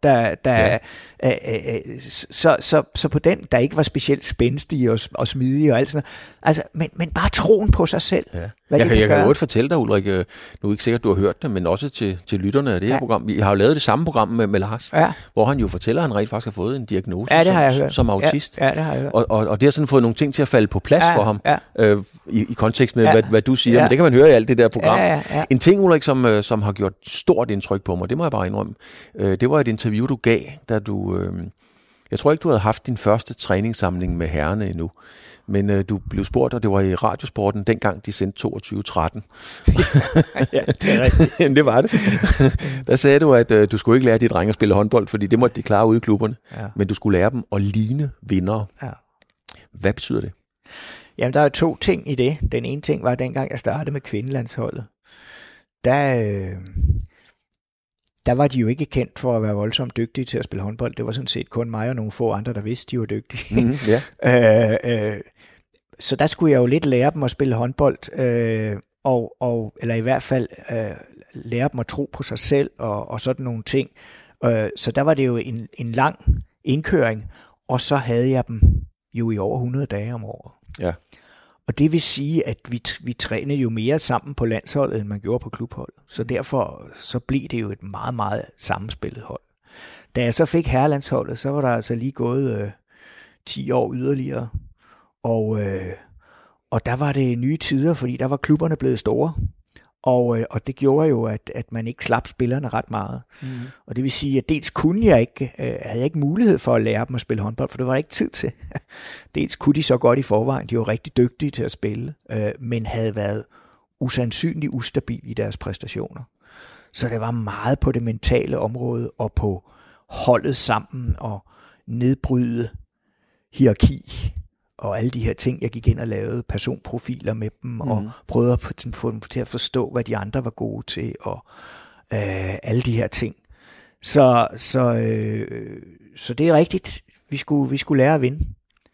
Speaker 3: så på den, der ikke var specielt spændstig og smidig og alt sådan noget. Altså, men bare troen på sig selv. Ja.
Speaker 2: Jeg kan jo godt fortælle dig, Ulrik, nu er det ikke sikkert, du har hørt det, men også til lytterne af det her program. Jeg har jo lavet det samme program med Lars, hvor han jo fortæller, at han rent faktisk har fået en diagnose som autist.
Speaker 3: Ja, det har jeg hørt.
Speaker 2: Og det har sådan fået nogle ting til at falde på plads for ham, i kontekst med, hvad du siger. Men det kan man høre i alt det der program. Ja. En ting, Ulrik, som har gjort stort indtryk på mig, det må jeg bare indrømme. Det var et interview, du gav, da du... jeg tror ikke, du havde haft din første træningssamling med herrerne endnu, men du blev spurgt, og det var i Radiosporten, dengang de sendte 22-13.
Speaker 3: Ja, det er rigtigt.
Speaker 2: Jamen, det var det. Der sagde du, at du skulle ikke lære de drenge at spille håndbold, fordi det måtte de klare ude i klubberne, men du skulle lære dem at ligne vindere. Ja. Hvad betyder det?
Speaker 3: Jamen, der er 2 ting i det. Den ene ting var, dengang jeg startede med kvindelandsholdet, der var de jo ikke kendt for at være voldsomt dygtige til at spille håndbold. Det var sådan set kun mig og nogle få andre, der vidste, de var dygtige. Så der skulle jeg jo lidt lære dem at spille håndbold, eller i hvert fald lære dem at tro på sig selv og sådan nogle ting. Så der var det jo en lang indkøring, og så havde jeg dem jo i over 100 dage om året. Ja. Og det vil sige, at vi trænede jo mere sammen på landsholdet, end man gjorde på klubholdet. Så derfor så blev det jo et meget, meget sammenspillet hold. Da jeg så fik herrelandsholdet, så var der altså lige gået 10 år yderligere. Og der var det nye tider, fordi der var klubberne blevet store. Og det gjorde jo, at man ikke slap spillerne ret meget. Og det vil sige, at dels kunne havde jeg ikke mulighed for at lære dem at spille håndbold, for det var der ikke tid til. Dels kunne de så godt i forvejen, de var rigtig dygtige til at spille, men havde været usandsynligt ustabil i deres præstationer. Så det var meget på det mentale område, og på holdet sammen, og nedbryde hierarki, og alle de her ting, jeg gik ind og lavede personprofiler med dem, og prøvede at få dem til at forstå, hvad de andre var gode til, og alle de her ting. Så det er rigtigt. Vi skulle lære at vinde,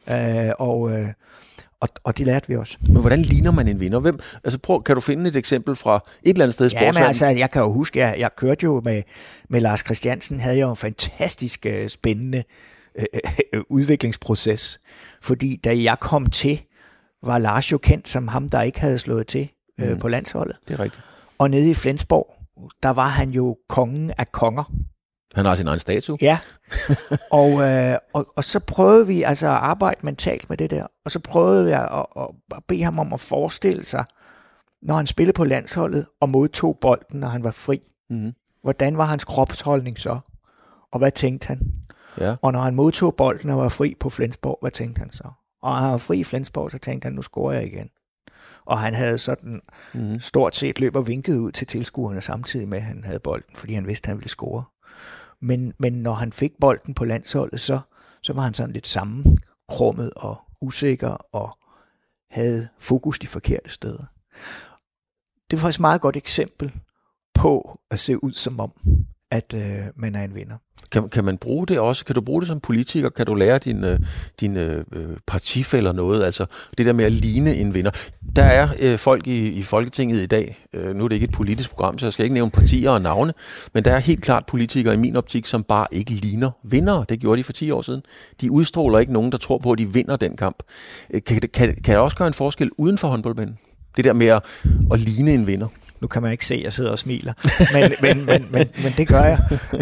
Speaker 3: og det lærte vi også.
Speaker 2: Men hvordan ligner man en vinder? Kan du finde et eksempel fra et eller andet sted i sportsverdenen?
Speaker 3: Ja, men altså, jeg kan jo huske, jeg kørte jo med Lars Christiansen, havde jeg jo en fantastisk spændende udviklingsproces. Fordi da jeg kom til, var Lars jo kendt som ham, der ikke havde slået til på landsholdet.
Speaker 2: Det er rigtigt.
Speaker 3: Og nede i Flensborg, der var han jo kongen af konger.
Speaker 2: Han har sin egen statue.
Speaker 3: Ja, og så prøvede vi altså at arbejde mentalt med det der. Og så prøvede jeg at bede ham om at forestille sig, når han spillede på landsholdet og modtog bolden, når han var fri. Hvordan var hans kropsholdning så? Og hvad tænkte han? Ja. Og når han modtog bolden og var fri på Flensborg, hvad tænkte han så? Og når han var fri i Flensborg, så tænkte han, nu scorer jeg igen. Og han havde sådan stort set løb og vinket ud til tilskuerne samtidig med, at han havde bolden, fordi han vidste, at han ville score. Men når han fik bolden på landsholdet, så var han sådan lidt sammenkrummet og usikker og havde fokus de forkerte steder. Det var faktisk et meget godt eksempel på at se ud som om, at man er en vinder.
Speaker 2: Kan man bruge det også? Kan du bruge det som politiker? Kan du lære dine partifæller noget? Altså det der med at ligne en vinder. Der er folk i Folketinget i dag. Nu er det ikke et politisk program, så jeg skal ikke nævne partier og navne. Men der er helt klart politikere i min optik, som bare ikke ligner vindere. Det gjorde de for 10 år siden. De udstråler ikke nogen, der tror på, at de vinder den kamp. Kan det også gøre en forskel uden for håndboldbanen? Det der med at ligne en vinder.
Speaker 3: Nu kan man ikke se, at jeg sidder og smiler, men det gør jeg.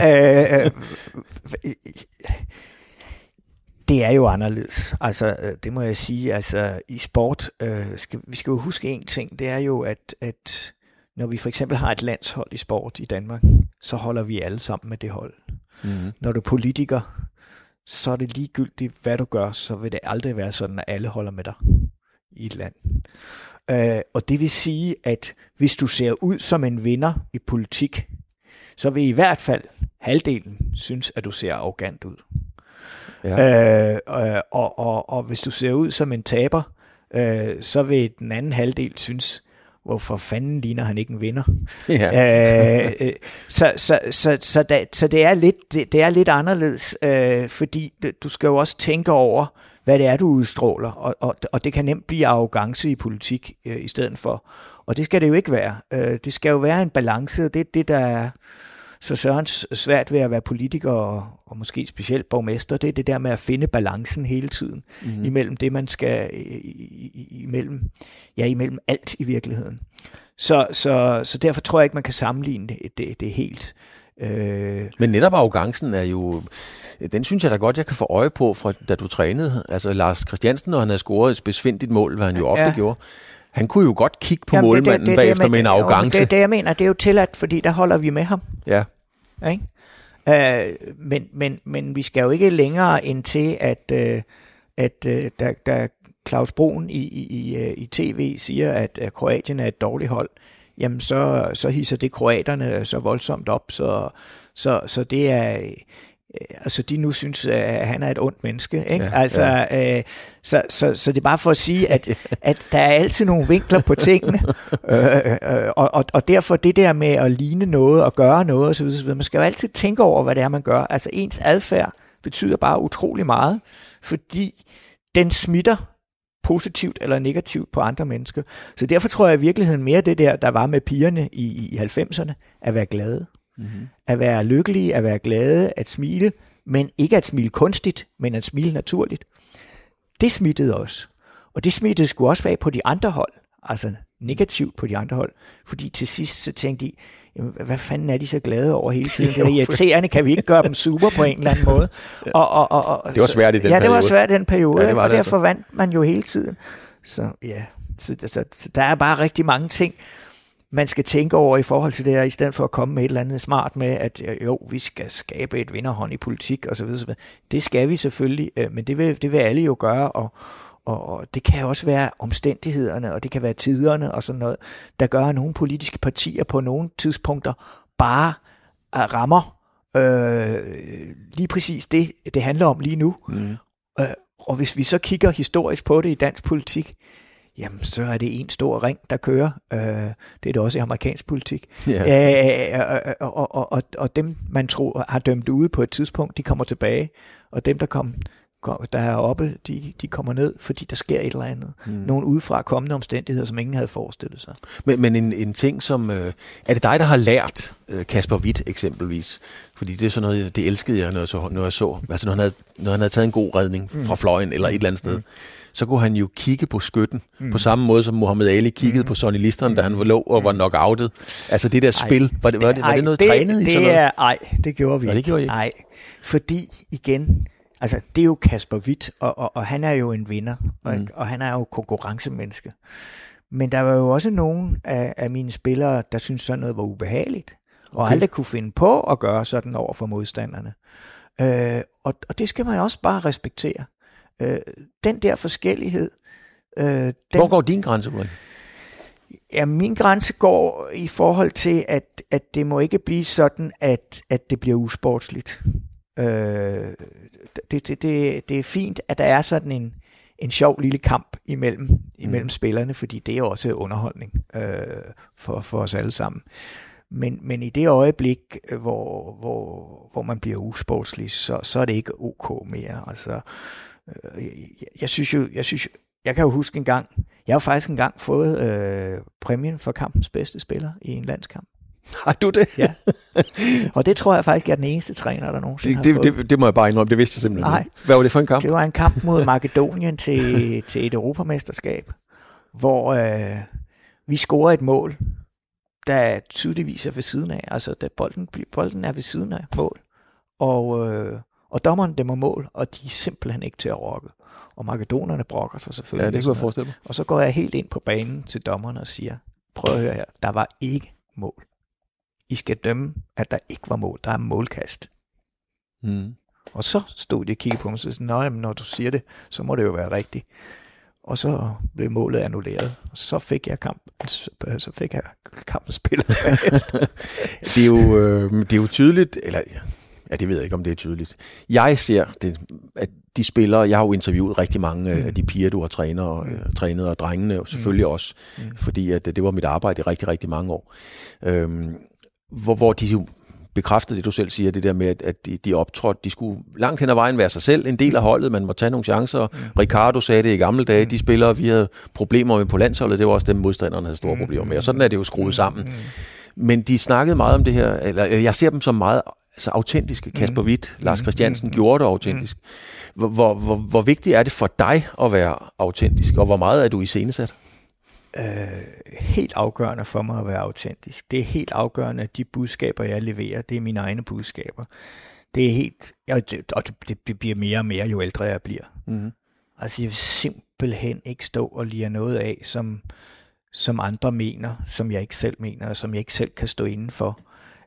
Speaker 3: Det er jo anderledes. Altså, det må jeg sige. Altså, i sport, vi skal jo huske en ting, det er jo, at når vi for eksempel har et landshold i sport i Danmark, så holder vi alle sammen med det hold. Mm-hmm. Når du er politiker, så er det ligegyldigt, hvad du gør, så vil det aldrig være sådan, at alle holder med dig i et land. Og det vil sige, at hvis du ser ud som en vinder i politik, så vil i hvert fald halvdelen synes, at du ser arrogant ud. Ja. Og hvis du ser ud som en taber, så vil den anden halvdel synes, hvorfor fanden ligner han ikke en vinder? Ja. Så det er lidt anderledes, fordi du skal jo også tænke over, hvad det er, du udstråler, og det kan nemt blive arrogance i politik i stedet for. Og det skal det jo ikke være. Det skal jo være en balance, og det er det, der er så sørens svært ved at være politiker, og måske specielt borgmester, det er det der med at finde balancen hele tiden, imellem det, man skal, imellem alt i virkeligheden. Så derfor tror jeg ikke, man kan sammenligne det helt.
Speaker 2: Men netop arrogancen er jo, den synes jeg da godt, jeg kan få øje på, fra da du trænede. Altså Lars Christiansen, når han havde scoret et spidsfindigt mål, hvad han jo ofte gjorde, han kunne jo godt kigge på målmanden bagefter med en arrogance.
Speaker 3: Det jeg mener, det er jo tilladt, fordi der holder vi med ham. Ja. Men vi skal jo ikke længere ind til, at da Claus Broen i tv siger, at Kroatien er et dårligt hold, jamen så hisser det kroaterne så voldsomt op, så det er, altså de nu synes, at han er et ondt menneske, ikke? Ja, altså, ja. Så det er bare for at sige, at der er altid nogle vinkler på tingene, og derfor det der med at ligne noget og gøre noget osv., man skal jo altid tænke over, hvad det er, man gør. Altså ens adfærd betyder bare utrolig meget, fordi den smitter positivt eller negativt på andre mennesker. Så derfor tror jeg i virkeligheden mere det der var med pigerne i 90'erne, at være glade. Mm-hmm. At være lykkelige, at være glade, at smile, men ikke at smile kunstigt, men at smile naturligt. Det smittede os. Og det smittede sgu også af på de andre hold. Altså negativt på de andre hold. Fordi til sidst så tænkte de, jamen, hvad fanden er de så glade over hele tiden? Det er irriterende, kan vi ikke gøre dem super på en eller anden måde? Og
Speaker 2: det var svært i den periode.
Speaker 3: Ja, det var svært i den periode,
Speaker 2: ja,
Speaker 3: og derfor vandt man jo hele tiden. Så ja, så der er bare rigtig mange ting, man skal tænke over i forhold til det her, i stedet for at komme med et eller andet smart med, at jo, vi skal skabe et vinderhånd i politik og så videre. Det skal vi selvfølgelig, men det vil alle jo gøre, og det kan også være omstændighederne, og det kan være tiderne og sådan noget, der gør, at nogle politiske partier på nogle tidspunkter bare rammer lige præcis det handler om lige nu. Mm. Og hvis vi så kigger historisk på det i dansk politik, jamen, så er det en stor ring, der kører. Det er det også i amerikansk politik. Yeah. Og dem, man tror har dømt ude på et tidspunkt, de kommer tilbage. Og dem, der er oppe, de kommer ned, fordi der sker et eller andet. Nogle udefra kommende omstændigheder, som ingen havde forestillet sig.
Speaker 2: Men en ting som... er det dig, der har lært Kasper Hvidt eksempelvis? Fordi det er sådan noget, det elskede jeg, når jeg så. Altså når han havde taget en god redning fra fløjen eller et eller andet sted. Så kunne han jo kigge på skytten, på samme måde som Muhammad Ali kiggede på Sonny Liston, da han var lå og var knockoutet. Altså det der spil, var det noget trænet i sådan noget?
Speaker 3: Nej, det gjorde vi ikke.
Speaker 2: Det gjorde I ikke?
Speaker 3: Nej, fordi igen, altså det er jo Kasper Hvidt, og han er jo en vinder, og han er jo konkurrencemenneske. Men der var jo også nogle af mine spillere, der syntes sådan noget var ubehageligt, og aldrig kunne finde på at gøre sådan over for modstanderne. Og det skal man også bare respektere. Den der forskellighed.
Speaker 2: Hvor går din grænse, Ulrik?
Speaker 3: Ja, min grænse går i forhold til, at det må ikke blive sådan, at det bliver usportsligt. Det er fint, at der er sådan en sjov lille kamp imellem spillerne, fordi det er også underholdning for os alle sammen. Men i det øjeblik, hvor man bliver usportslig, så er det ikke ok mere. Altså, jeg kan jo huske en gang, jeg har faktisk engang fået præmien for kampens bedste spiller i en landskamp.
Speaker 2: Har du det?
Speaker 3: Ja. Og det tror jeg faktisk er den eneste træner, der nogensinde har fået.
Speaker 2: Det må jeg bare indrømme, det vidste jeg simpelthen.
Speaker 3: Nej.
Speaker 2: Hvad var det for en kamp?
Speaker 3: Det var en kamp mod Makedonien til et europamesterskab, hvor vi scorer et mål, der tydeligvis er ved siden af. Altså, da bolden er ved siden af mål. Og dommeren dæmmer mål, og de er simpelthen ikke til at rokke. Og makedonerne brokker sig selvfølgelig.
Speaker 2: Ja, det kunne jeg forestille mig.
Speaker 3: Og så går jeg helt ind på banen til dommeren og siger, prøv at høre her, der var ikke mål. I skal dømme, at der ikke var mål. Der er målkast. Og så stod de og kiggede på mig og sagde, men når du siger det, så må det jo være rigtigt. Og så blev målet annulleret. Og så fik jeg kampens spiller.
Speaker 2: Det er jo tydeligt, eller ja, det ved jeg ikke, om det er tydeligt. Jeg ser, at de spillere, jeg har jo interviewet rigtig mange af de piger, du har trænet, og drengene selvfølgelig også, fordi at det var mit arbejde i rigtig, rigtig mange år. Hvor de jo bekræftede det, du selv siger, det der med, at de optrådte, de skulle langt hen ad vejen være sig selv, en del af holdet, man må tage nogle chancer. Ricardo sagde det i gamle dage, de spillere, vi havde problemer med på landsholdet, det var også dem modstanderne havde store problemer med, og sådan er det jo skruet sammen. Men de snakkede meget om det her, eller jeg ser dem som meget så autentiske. Kasper Hvidt, Lars Christiansen gjorde det autentisk. Hvor vigtigt er det for dig at være autentisk, og hvor meget er du iscenesat?
Speaker 3: Helt afgørende for mig at være autentisk. Det er helt afgørende, at de budskaber, jeg leverer, det er mine egne budskaber. Det er helt, og det bliver mere og mere, jo ældre jeg bliver. Altså, jeg vil simpelthen ikke stå og lire noget af, som andre mener, som jeg ikke selv mener, og som jeg ikke selv kan stå inden for.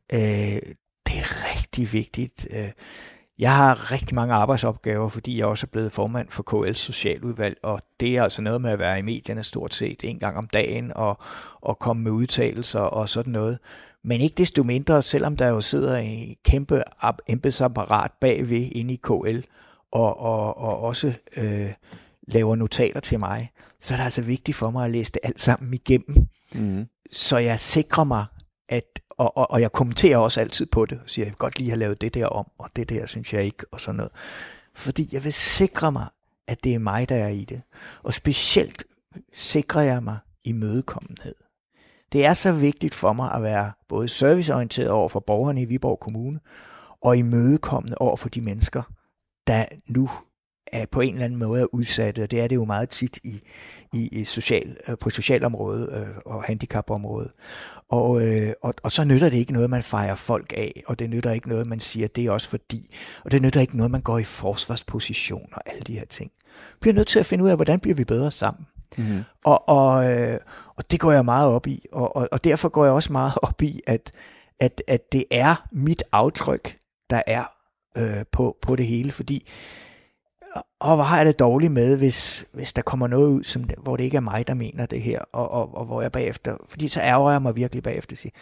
Speaker 3: Det er rigtig vigtigt. Jeg har rigtig mange arbejdsopgaver, fordi jeg også er blevet formand for KL's socialudvalg, og det er altså noget med at være i medierne stort set en gang om dagen, og komme med udtalelser og sådan noget. Men ikke desto mindre, selvom der jo sidder en kæmpe embedsapparat bagved inde i KL, og også laver notater til mig, så er det altså vigtigt for mig at læse det alt sammen igennem, så jeg sikrer mig, at og jeg kommenterer også altid på det, og siger, jeg vil godt lige have lavet det der om, og det der synes jeg ikke, og sådan noget. Fordi jeg vil sikre mig, at det er mig, der er i det. Og specielt sikrer jeg mig imødekommenhed. Det er så vigtigt for mig at være både serviceorienteret over for borgerne i Viborg Kommune, og imødekommende over for de mennesker, der nu er på en eller anden måde er udsatte, og det er det jo meget tit på socialområdet og handicapområdet. Og så nytter det ikke noget, man fejrer folk af, og det nytter ikke noget, man siger, det er også fordi, og det nytter ikke noget, man går i forsvarsposition og alle de her ting. Vi bliver nødt til at finde ud af, hvordan bliver vi bedre sammen. Og det går jeg meget op i, og derfor går jeg også meget op i, at det er mit aftryk, der er på det hele, fordi og hvor har jeg det dårligt med, hvis der kommer noget ud, hvor det ikke er mig, der mener det her, og hvor jeg bagefter, fordi så ærger jeg mig virkelig bagefter at sige,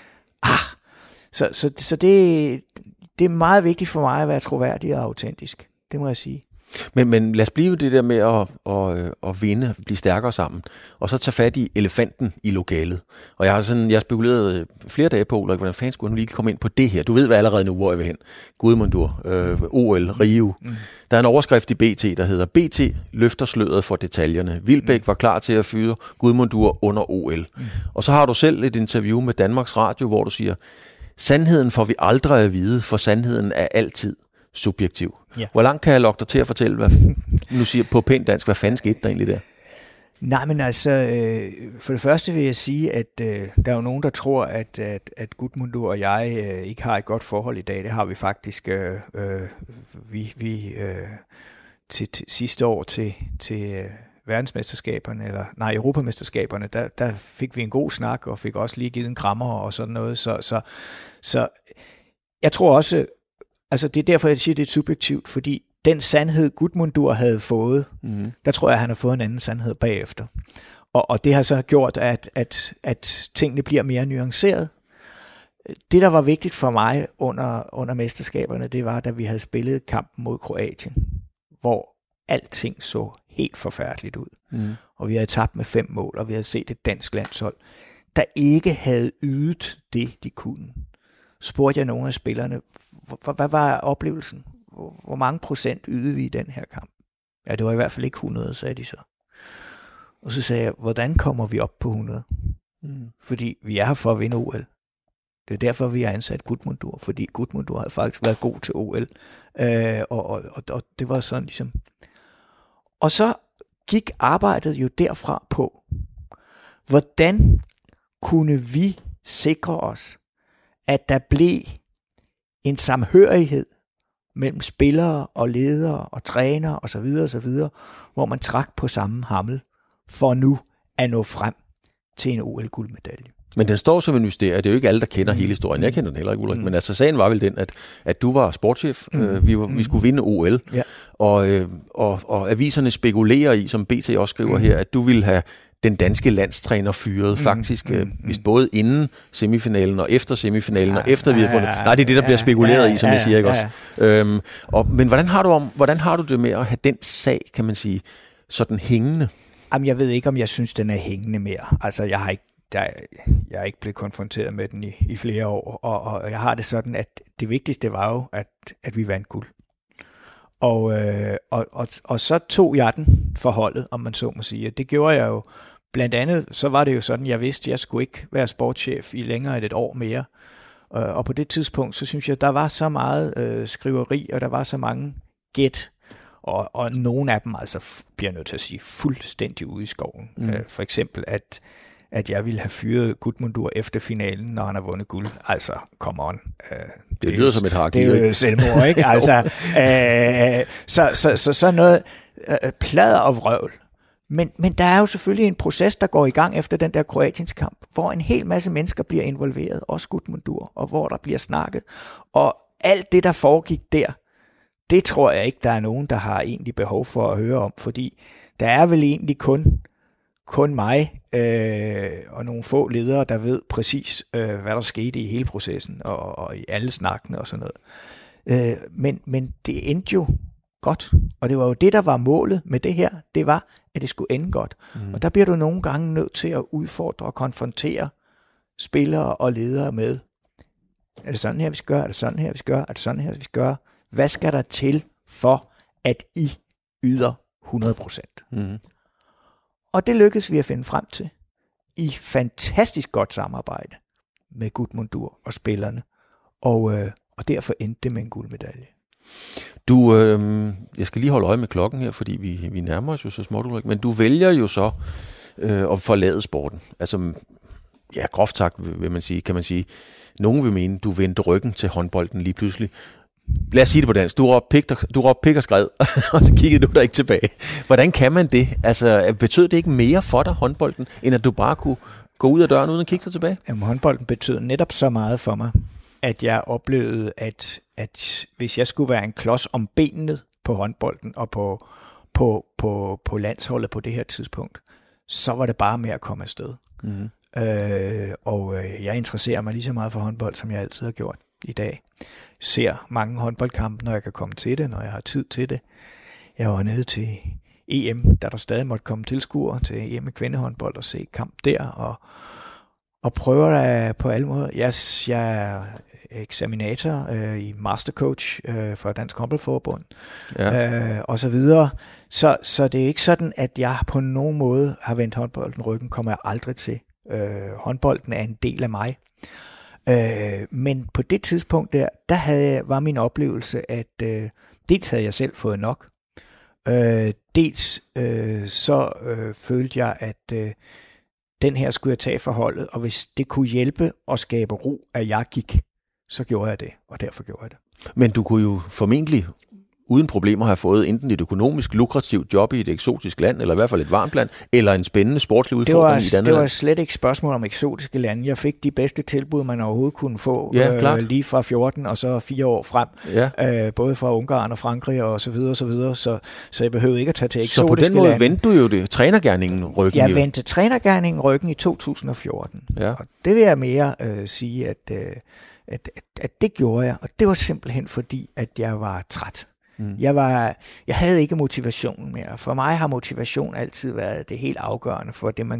Speaker 3: så det er meget vigtigt for mig at være troværdig og autentisk, det må jeg sige.
Speaker 2: Men lad os blive det der med at vinde, blive stærkere sammen, og så tage fat i elefanten i lokalet. Og jeg har spekuleret flere dage på, hvordan fanden skulle jeg nu lige komme ind på det her? Du ved hvad allerede nu, hvor jeg vil hen. Gudmundur, OL, Rio. Der er en overskrift i BT, der hedder BT løfter sløret for detaljerne. Wilbæk var klar til at fyre Gudmundur under OL. Og så har du selv et interview med Danmarks Radio, hvor du siger, sandheden får vi aldrig at vide, for sandheden er altid subjektiv. Ja. Hvor langt kan jeg lokke dig til at fortælle, hvad nu siger på pænt dansk, hvad fanden skete der egentlig der?
Speaker 3: Nej, men altså, for det første vil jeg sige, at der er jo nogen, der tror, at Gudmundur og jeg ikke har et godt forhold i dag. Det har vi faktisk. Vi til sidste år til verdensmesterskaberne, europamesterskaberne, der fik vi en god snak, og fik også lige givet en krammer og sådan noget. Så jeg tror også, altså det er derfor, jeg siger, det er subjektivt, fordi den sandhed, Gudmundur havde fået, der tror jeg, han har fået en anden sandhed bagefter. Og det har så gjort, at tingene bliver mere nuanceret. Det, der var vigtigt for mig under mesterskaberne, det var, da vi havde spillet kampen mod Kroatien, hvor alting så helt forfærdeligt ud. Og vi havde tabt med 5 mål, og vi havde set et dansk landshold, der ikke havde ydet det, de kunne. Spurgte jeg nogle af spillerne, hvad var oplevelsen? Hvor mange procent ydede vi i den her kamp? Ja, det var i hvert fald ikke 100, sagde de så. Og så sagde jeg, hvordan kommer vi op på 100? Fordi vi er her for at vinde OL. Det er derfor, vi har ansat Gudmundur, fordi Gudmundur har faktisk været god til OL. Og det var sådan ligesom. Og så gik arbejdet jo derfra på, hvordan kunne vi sikre os, at der blev en samhørighed mellem spillere og ledere og trænere osv., hvor man trak på samme hammel for nu at nå frem til en OL-guldmedalje.
Speaker 2: Men den står som en mysterie. Det er jo ikke alle, der kender hele historien. Jeg kender den heller ikke, Ulrik. Men altså, sagen var vel den, at du var sportschef. Vi skulle vinde OL. Ja. Og aviserne spekulerer i, som BT også skriver her, at du ville have den danske landstræner fyret faktisk, hvis både inden semifinalen og efter semifinalen, og efter vi har fundet. Nej, det er det, der bliver spekuleret i, som jeg siger, ikke også? Men hvordan har du det med at have den sag, kan man sige, sådan hængende?
Speaker 3: Jamen, jeg ved ikke, om jeg synes, den er hængende mere. Altså, jeg er ikke blevet konfronteret med den i flere år, og jeg har det sådan, at det vigtigste var jo, at vi vandt guld. Og så tog jeg den for holdet, om man så må sige. Det gjorde jeg jo. Blandt andet, så var det jo sådan, jeg vidste, at jeg skulle ikke være sportschef i længere end et år mere. Og på det tidspunkt, så synes jeg, der var så meget skriveri, og der var så mange gæt, og nogle af dem altså bliver nødt til at sige fuldstændig ude i skoven. For eksempel, at jeg ville have fyret Gudmundur efter finalen, når han har vundet guld. Altså, come on.
Speaker 2: Det lyder som et hak.
Speaker 3: Det er jo selvmord, ikke? Altså, så noget plader og vrøvl. Men der er jo selvfølgelig en proces, der går i gang efter den der Kroatiens kamp, hvor en hel masse mennesker bliver involveret, også Gudmundur, og hvor der bliver snakket. Og alt det, der foregik der, det tror jeg ikke, der er nogen, der har egentlig behov for at høre om, fordi der er vel egentlig kun mig og nogle få ledere, der ved præcis, hvad der skete i hele processen, og i alle snakkene og sådan noget. Men det endte jo godt, og det var jo det, der var målet med det her, det var, at det skulle ende godt. Og der bliver du nogle gange nødt til at udfordre og konfrontere spillere og ledere med, er det sådan her, vi skal gøre? Er det sådan her, vi skal gøre? Er det sådan her, vi skal gøre? Hvad skal der til for, at I yder 100%? Og det lykkedes vi at finde frem til i fantastisk godt samarbejde med Gudmundur og spillerne. Og derfor endte det med en guldmedalje.
Speaker 2: Jeg skal lige holde øje med klokken her, fordi vi nærmer os jo så småt, Ulrik, men du vælger jo så at forlade sporten. Altså, ja, groft sagt kan man sige, nogen vil mene, du vendte ryggen til håndbolden lige pludselig. Lad os sige det på dansk. Du råbte pik og skred, og så kiggede du der ikke tilbage. Hvordan kan man det? Altså, betød det ikke mere for dig, håndbolden, end at du bare kunne gå ud af døren uden at kigge dig tilbage?
Speaker 3: Jamen, håndbolden betød netop så meget for mig, at jeg oplevede, at hvis jeg skulle være en klods om benet på håndbolden og på landsholdet på det her tidspunkt, så var det bare med at komme afsted. Jeg interesserer mig lige så meget for håndbold, som jeg altid har gjort i dag. Ser mange håndboldkampe, når jeg kan komme til det, når jeg har tid til det. Jeg var nede til EM, da der stadig måtte komme tilskuere til EM i kvindehåndbold og se kamp der, og prøver der på alle måder. Jeg er eksaminator i mastercoach for Dansk Håndboldforbund, og så videre. Så det er ikke sådan, at jeg på nogen måde har vendt håndbolden ryggen, kommer jeg aldrig til. Håndbolden er en del af mig. Men på det tidspunkt var min oplevelse, at dels havde jeg selv fået nok, dels følte jeg, at den her skulle jeg tage for holdet, og hvis det kunne hjælpe og skabe ro, at jeg gik, så gjorde jeg det, og derfor gjorde jeg det.
Speaker 2: Men du kunne jo formentlig uden problemer have fået enten et økonomisk lukrativt job i et eksotisk land, eller i hvert fald et varmt land, eller en spændende sportslig udfordring i et andet land.
Speaker 3: Det var slet ikke spørgsmål om eksotiske lande. Jeg fik de bedste tilbud, man overhovedet kunne få, lige fra 14 og så 4 år frem. Ja. Både fra Ungarn og Frankrig og så videre, så jeg behøvede ikke at tage til eksotiske lande. Så på den måde
Speaker 2: vendte du jo det trænergerningen ryggen?
Speaker 3: Jeg vendte trænergerningen ryggen i 2014. Ja. Og det vil jeg mere sige, at det gjorde jeg, og det var simpelthen fordi, at jeg var træt. Jeg havde ikke motivation mere. For mig har motivation altid været det helt afgørende for det, man gør.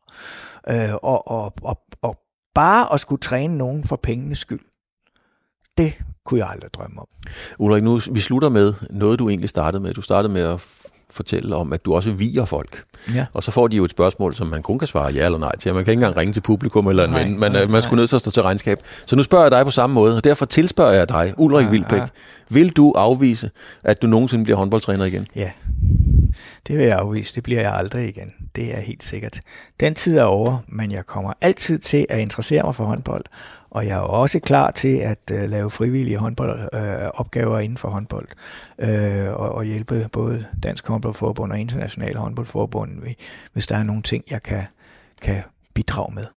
Speaker 3: Og bare at skulle træne nogen for pengenes skyld, det kunne jeg aldrig drømme om.
Speaker 2: Ulrik, nu vi slutter med noget, du egentlig startede med. Du startede med at fortælle om, at du også vier folk.
Speaker 3: Ja.
Speaker 2: Og så får de jo et spørgsmål, som man kun kan svare ja eller nej til. Man kan ikke engang ringe til publikum eller en ven. Man skulle nødt til at stå til regnskab. Så nu spørger jeg dig på samme måde, og derfor tilspørger jeg dig, Ulrik Wilbek. Vil du afvise, at du nogensinde bliver håndboldtræner igen?
Speaker 3: Ja, det vil jeg afvise. Det bliver jeg aldrig igen. Det er helt sikkert. Den tid er over, men jeg kommer altid til at interessere mig for håndbold. Og jeg er også klar til at lave frivillige håndboldopgaver inden for håndbold. Og hjælpe både Dansk Håndboldforbund og Internationale Håndboldforbund, hvis der er nogle ting, jeg kan bidrage med.